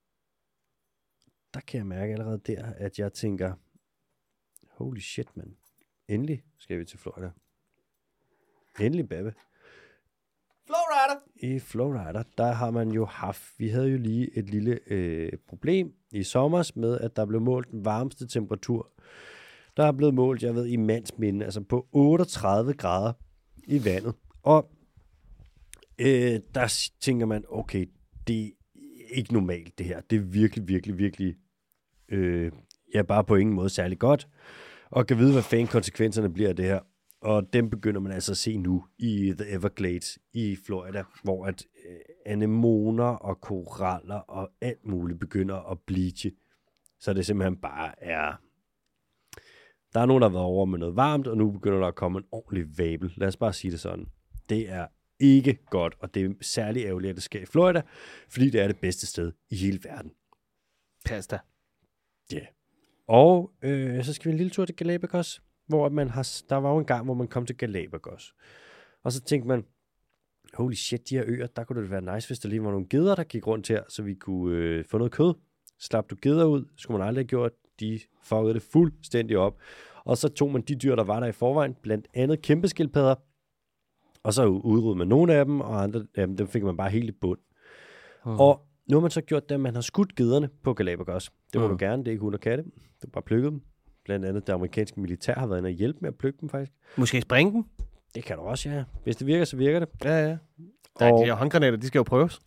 Der kan jeg mærke allerede der, at jeg tænker, holy shit, mand. Endelig skal vi til Florida. Endelig, babbe. Florida! I Florida, der har man jo haft, vi havde jo lige et lille øh, problem i sommer med, at der blev målt den varmeste temperatur. Der er blevet målt, jeg ved, i mandsminde, altså på otteogtredive grader i vandet. Og øh, der tænker man, okay, det er ikke normalt det her. Det er virkelig, virkelig, virkelig, øh, ja, bare på ingen måde særlig godt. Og kan vide, hvad fanden konsekvenserne bliver af det her. Og dem begynder man altså at se nu i The Everglades i Florida, hvor at øh, anemoner og koraller og alt muligt begynder at bleache. Så det simpelthen bare er... Der er nogen, der har været over med noget varmt, og nu begynder der at komme en ordentlig vabel. Lad os bare sige det sådan. Det er ikke godt, og det er særlig ærgerligt, at det sker i Florida, fordi det er det bedste sted i hele verden. Pasta. Ja. Yeah. Og øh, så skal vi en lille tur til Galapagos, hvor man har, der var jo en gang, hvor man kom til Galapagos. Og så tænkte man, holy shit, de her øer, der kunne det være nice, hvis der lige var nogle geder, der gik rundt her, så vi kunne øh, få noget kød. Slap du geder ud, skulle man aldrig have gjort. De fuckede det fuldstændig op. Og så tog man de dyr, der var der i forvejen, blandt andet kæmpeskildpadder, og så udryddede man nogle af dem, og andre af dem, dem fik man bare helt i bund. Mm. Og nu har man så gjort det, at man har skudt gederne på Galapagos. Det må mm. du gerne, det er ikke hunde og katte. Du bare plukket dem. Blandt andet det amerikanske militær har været inde og hjælpe med at plukke dem faktisk. Måske sprænge dem? Det kan du også, ja. Hvis det virker, så virker det. Ja, ja. Der, og de her håndgranater, de skal jo prøves.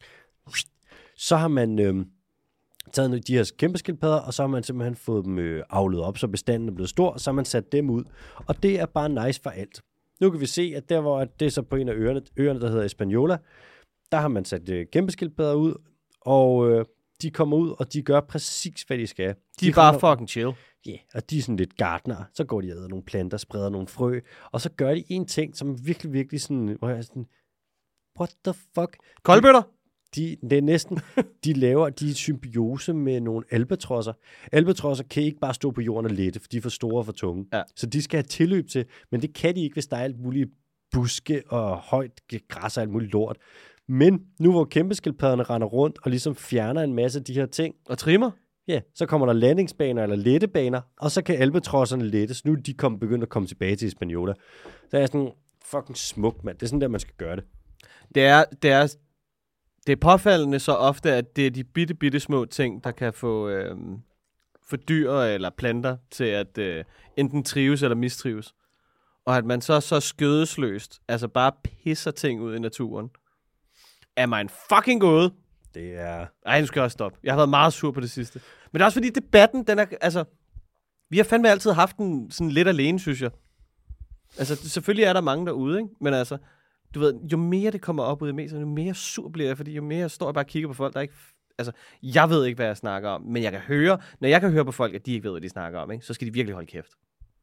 Så har man øh, taget de her kæmpe skildpadder, og så har man simpelthen fået dem øh, avlet op, så bestanden er blevet stor, og så har man sat dem ud. Og det er bare nice for alt. Nu kan vi se, at der hvor det er så på en af øerne, øerne der hedder Hispaniola, der har man sat øh, kæmpe skildpadder ud, og øh, de kommer ud, og de gør præcis, hvad de skal. De, de er bare fucking chill. Ja, yeah, og de er sådan lidt gartnere. Så går de og æder nogle planter, spreder nogle frø, og så gør de en ting, som er virkelig, virkelig sådan, hvor jeg er sådan, what the fuck? Koldbøtter? De, det er næsten, de laver de symbiose med nogle albatrosser. Albatrosser kan ikke bare stå på jorden og lette, for de er for store og for tunge. Ja. Så de skal have tilløb til, men det kan de ikke, hvis der er alt muligt buske og højt græs og alt muligt lort. Men nu hvor kæmpeskildpadderne render rundt og ligesom fjerner en masse af de her ting. Og trimmer? Ja, så kommer der landingsbaner eller lettebaner, og så kan albatrosserne lettes. Nu er de kom, begyndt at komme tilbage til Hispaniola. Det er sådan fucking smukt, mand. Det er sådan der, man skal gøre det. Det er, det er, det er påfaldende så ofte, at det er de bitte, bitte små ting, der kan få, øh, få dyr eller planter til at øh, enten trives eller mistrives. Og at man så så skødesløst, altså bare pisser ting ud i naturen. Er man fucking gået? Det er... Ej, nu skal jeg også stoppe. Jeg har været meget sur på det sidste. Men det er også fordi debatten, den er, altså... Vi har fandme altid haft den sådan lidt alene, synes jeg. Altså, selvfølgelig er der mange derude, ikke? Men altså, du ved, jo mere det kommer op ud i medierne, jo mere sur bliver jeg, fordi jo mere jeg står og bare kigger på folk, der ikke... Altså, jeg ved ikke, hvad jeg snakker om, men jeg kan høre, når jeg kan høre på folk, at de ikke ved, hvad de snakker om, ikke? Så skal de virkelig holde kæft.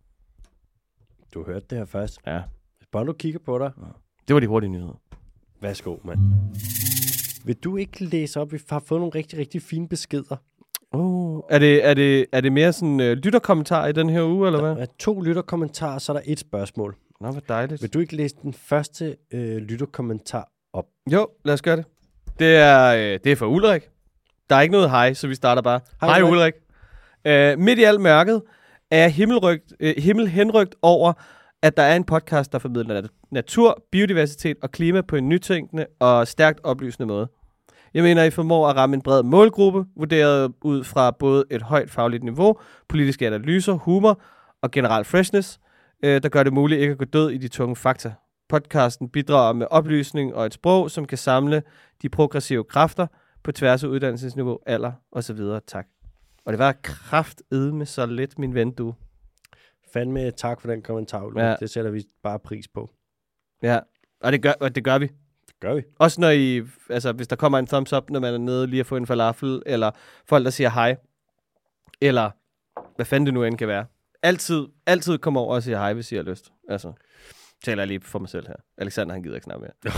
Du hørte det her først. Ja. Bare du kigger på dig. Ja. Det var de hurtige nyheder. Værsgo, mand. Vil du ikke læse op? Vi har fået nogle rigtig, rigtig fine beskeder. Oh. Er, det, er, det, er det mere sådan uh, lytterkommentar i den her uge, eller hvad? Der er to lytterkommentarer, så er der et spørgsmål. Nå, hvor dejligt. Vil du ikke læse den første øh, lytterkommentar op? Jo, lad os gøre det. Det er, øh, det er for Ulrik. Der er ikke noget hej, så vi starter bare. Hej, hej Ulrik. Uh, midt i alt mørket er jeg himmelrygt, uh, himmelhenrygt over, at der er en podcast, der formidler natur, biodiversitet og klima på en nytænkende og stærkt oplysende måde. Jeg mener, I formår at ramme en bred målgruppe, vurderet ud fra både et højt fagligt niveau, politiske analyser, humor og general freshness, øh, der gør det muligt ikke at gå død i de tunge fakta. Podcasten bidrager med oplysning og et sprog, som kan samle de progressive kræfter på tværs af uddannelsesniveau, alder osv. Tak. Og det var kraftedme så lidt, min ven, du. Fandme tak for den kommentar, Ulrik. Ja. Det sætter vi bare pris på. Ja, og det gør, og det gør vi. Gør vi. Også når I, altså hvis der kommer en thumbs up, når man er nede lige at få en falafel, eller folk, der siger hej, eller hvad fanden det nu end kan være. Altid, altid kom over og sige hej, hvis I har lyst. Altså, taler jeg lige for mig selv her. Alexander, han gider ikke snakke mere.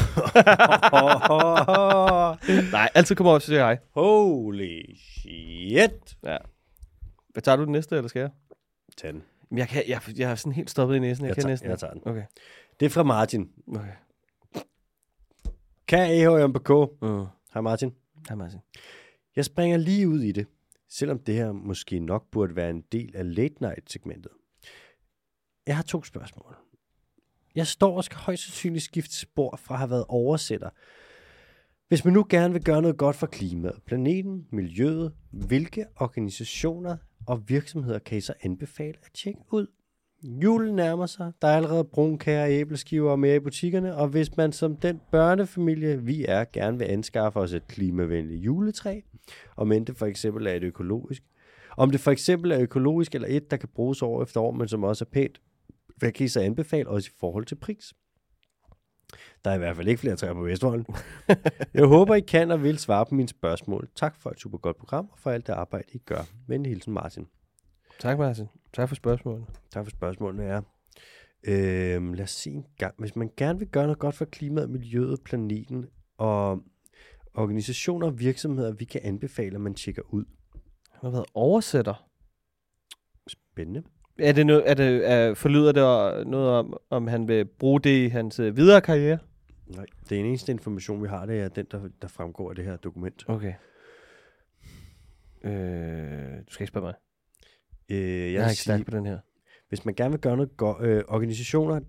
Nej, altid kom over og sige hej. Holy shit. Ja. Hvad tager du den næste, eller skal jeg? Tag den. Men jeg, kan, jeg, jeg har sådan helt stoppet i næsen. Jeg, Jeg kan tager- næsten. jeg tager den. Okay. Det er fra Martin. Okay. Kan A H M K? Mm. Hej Martin. Hej Martin. Jeg springer lige ud i det, selvom det her måske nok burde være en del af late night segmentet. Jeg har to spørgsmål. Jeg står og skal højst sandsynligt skifte spor fra at have været oversætter. Hvis man nu gerne vil gøre noget godt for klimaet, planeten, miljøet, hvilke organisationer og virksomheder kan I så anbefale at tjekke ud? Julen nærmer sig, der er allerede brunkager, æbleskiver og mere i butikkerne, og hvis man som den børnefamilie, vi er, gerne vil anskaffe os et klimavenligt juletræ, om end det for eksempel er et økologisk, om det for eksempel er økologisk eller et, der kan bruges år efter år, men som også er pænt, hvad kan I så anbefale også i forhold til pris? Der er i hvert fald ikke flere træer på Vestvolden. Jeg håber, I kan og vil svare på mine spørgsmål. Tak for et super godt program og for alt det arbejde, I gør. Venlig hilsen, Martin. Tak Martin. Tak for spørgsmålet. Tak for spørgsmålene, ja. Øhm, lad os se en gang. Hvis man gerne vil gøre noget godt for klimaet, miljøet, planeten og organisationer og virksomheder, vi kan anbefale, at man tjekker ud. Han har været oversætter. Spændende. Er det noget, er det, er, forlyder det noget om, om han vil bruge det i hans øh, videre karriere? Nej, det er en eneste information, vi har, det er den, der, der fremgår af det her dokument. Okay. Øh, du skal ikke spørge mig. Øh, jeg, Jeg, jeg jeg er vil ikke stærk sige, på den her. hvis man gerne vil gøre noget godt, øh, organisationer,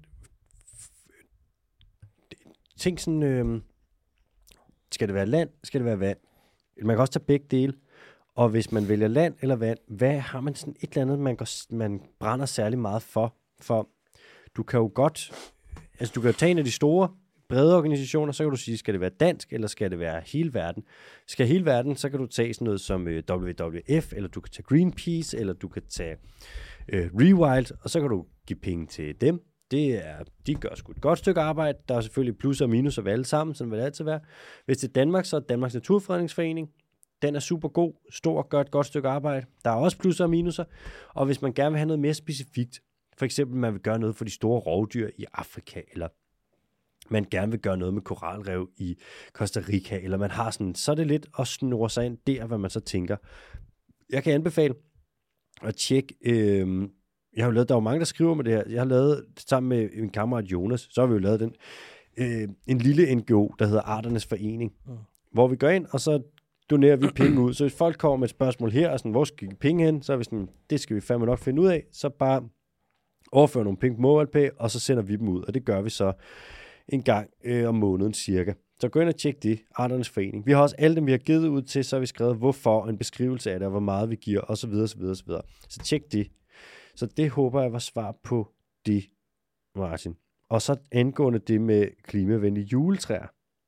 ting sådan, øh, skal det være land, skal det være vand? Man kan også tage begge dele. Og hvis man vælger land eller vand, hvad har man sådan et eller andet, man, går, man brænder særlig meget for? For du kan jo godt, altså du kan jo tage en af de store, brede organisationer, så kan du sige, skal det være dansk, eller skal det være hele verden? Skal hele verden, så kan du tage sådan noget som øh, W W F, eller du kan tage Greenpeace, eller du kan tage øh, Rewild, og så kan du give penge til dem. Det er, de gør sgu et godt stykke arbejde. Der er selvfølgelig plus og minus ved alle sammen, sådan vil det altid være. Hvis det er Danmark, så er Danmarks Naturfredningsforening. Den er super god, stor, gør et godt stykke arbejde. Der er også plusser og minuser. Og hvis man gerne vil have noget mere specifikt, for eksempel man vil gøre noget for de store rovdyr i Afrika, eller man gerne vil gøre noget med koralrev i Costa Rica, eller man har sådan, så er det lidt at snurre sig ind der, hvad man så tænker. Jeg kan anbefale at tjekke, øh, jeg har jo lavet, der er jo mange, der skriver med det her, jeg har lavet sammen med min kammerat Jonas, så har vi jo lavet den, øh, en lille N G O, der hedder Arternes Forening, mm. hvor vi går ind, og så donerer vi penge ud. Så hvis folk kommer med et spørgsmål her, og sådan, hvor skal vi penge hen, så er vi sådan, det skal vi fandme nok finde ud af, så bare overføre nogle penge på MobilePay, og så sender vi dem ud, og det gør vi så en gang øh, om måneden cirka. Så gå ind og tjek det, Arternes Forening. Vi har også alle dem, vi har givet ud til, så har vi skrevet, hvorfor, en beskrivelse af det, og hvor meget vi giver, og så videre, så videre, så videre. Så tjek det. Så det håber jeg var svar på det, Martin. Og så angående det med klimavenlige juletræer.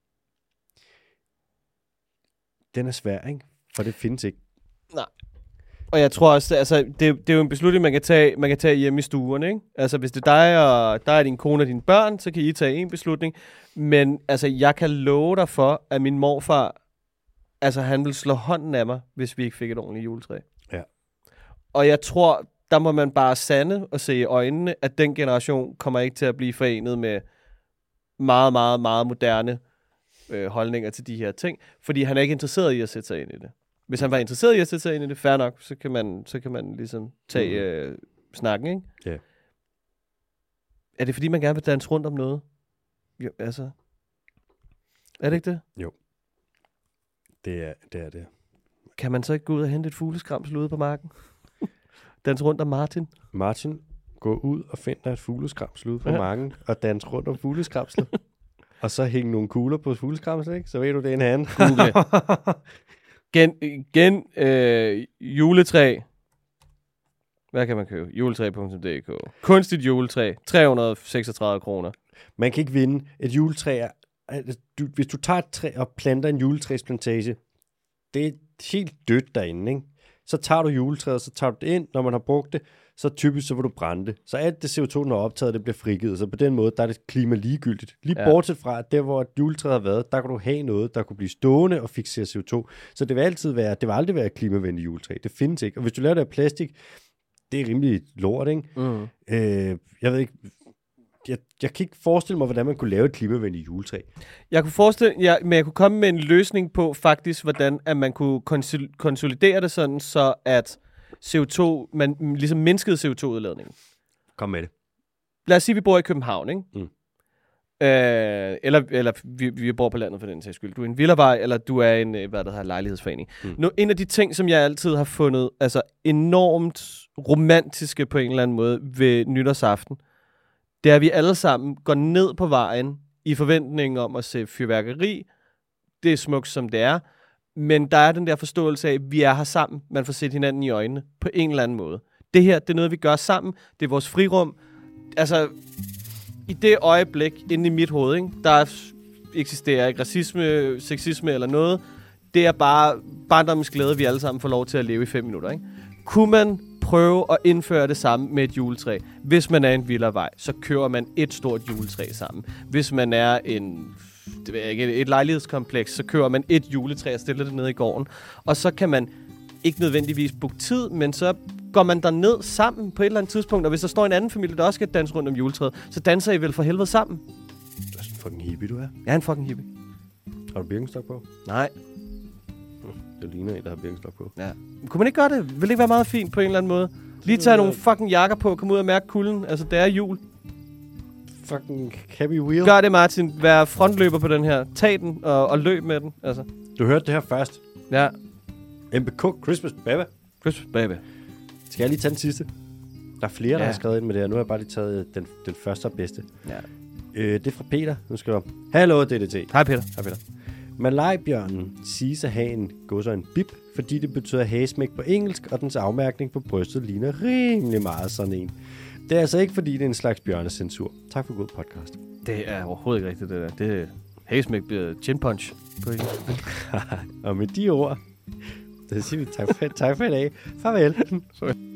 Den er svær, ikke? For det findes ikke. Nej. Og jeg tror også, altså, det, det er jo en beslutning, man kan tage, man kan tage hjemme i stuerne, ikke? Altså, hvis det er dig og dig og din kone og dine børn, så kan I tage en beslutning. Men altså, jeg kan love dig for, at min morfar, altså, han vil slå hånden af mig, hvis vi ikke fik et ordentligt juletræ. Ja. Og jeg tror, der må man bare sande og se i øjnene, at den generation kommer ikke til at blive forenet med meget, meget, meget moderne øh, holdninger til de her ting, fordi han er ikke interesseret i at sætte sig ind i det. Hvis han var interesseret i at sætte sig ind i det, fair nok, så kan man, så kan man ligesom tage øh, snakken, ikke? Ja. Yeah. Er det fordi, man gerne vil danse rundt om noget? Jo, altså. Er det ikke det? Jo. Det er det. Er det. Kan man så ikke gå ud og hente et fugleskramsel ude på marken? Danse rundt om Martin? Martin, gå ud og find dig et fugleskramsel ude på ja. marken, og dans rundt om fugleskramslet. Og så hænge nogle kugler på fugleskramslet, ikke? Så ved du, det er en anden. Gen, gen øh, juletræ. Hvad kan man købe? juletræ punktum d k. Kunstigt juletræ. tre hundrede og seksogtredive kroner. Man kan ikke vinde et juletræ. Du, hvis du tager et træ og planter en juletræsplantage, det er helt dødt derinde, ikke? Så tager du juletræet, så tager du det ind. Når man har brugt det, så typisk så vil du brænde det. Så alt det C O to, den har optaget, det bliver frigivet. Så på den måde, der er det klima ligegyldigt. Lige ja. Bortset fra, at der hvor juletræet har været, der kan du have noget, der kunne blive stående og fixere C O to. Så det vil altid være, det vil aldrig være et klimavenligt juletræ. Det findes ikke. Og hvis du laver det af plastik, det er rimelig lort, ikke? Mm. Øh, jeg ved ikke... Jeg, jeg kan ikke forestille mig, hvordan man kunne lave et klimavenligt juletræ. Jeg kunne forestille, ja, men jeg kunne komme med en løsning på faktisk, hvordan at man kunne konsol- konsolidere det sådan, så at C O to, man ligesom mindskede C O to udladningen. Kom med det. Lad os sige, at vi bor i København, ikke? Mm. Øh, eller eller vi, vi bor på landet for den sags skyld. Du er en villavej, eller du er en, hvad der hedder, lejlighedsforening. Mm. Nu, en af de ting, som jeg altid har fundet altså enormt romantiske på en eller anden måde ved nytårsaften, det er, at vi alle sammen går ned på vejen i forventning om at se fyrværkeri. Det er smukt, som det er. Men der er den der forståelse af, at vi er her sammen. Man får set hinanden i øjnene på en eller anden måde. Det her, det er noget, vi gør sammen. Det er vores frirum. Altså, i det øjeblik inde i mit hoved, ikke, der eksisterer ikke racisme, sexisme eller noget. Det er bare barndommens glæde, vi alle sammen får lov til at leve i fem minutter. Ikke? Kunne man prøve at indføre det samme med et juletræ? Hvis man er en villavej, så kører man et stort juletræ sammen. Hvis man er en, det ved jeg ikke, et lejlighedskompleks, så kører man et juletræ og stiller det ned i gården. Og så kan man ikke nødvendigvis booke tid, men så går man der ned sammen på et eller andet tidspunkt. Og hvis der står en anden familie, der også skal danse rundt om juletræet, så danser I vel for helvede sammen. Du er sådan en fucking hippie, du er. Jeg er en fucking hippie. Har du birkenstok på? Nej. Det ligner en, der har birkenstok på. Ja. Kunne man ikke gøre det? Vil det ikke være meget fint på en eller anden måde? Lige tage nogle fucking jakker på og komme ud og mærke kulden. Altså, det er jul. Fucking happy wheel. Gør det, Martin. Vær frontløber på den her. Tag den og, og løb med den. Altså. Du hørte det her først. Ja. M B K, Christmas Baby. Christmas Baby. Skal jeg lige tage den sidste? Der er flere, ja. Der har skrevet ind med det her. Nu har jeg bare lige taget den, den første og bedste. Ja. Øh, det er fra Peter. Nu skal jeg Hallo, D D T. Hej Peter. Hej Peter. Malajbjørnen siges at have en godser en bip, fordi det betyder hagesmæk på engelsk, og dens afmærkning på brystet ligner rimelig meget sådan en. Det er altså ikke, fordi det er en slags bjørnesensur. Tak for god podcast. Det er overhovedet ikke rigtigt, det der. Det hagesmæk bliver chin punch på engelsk. Og med de ord, så siger vi tak for, tak for i dag. Farvel.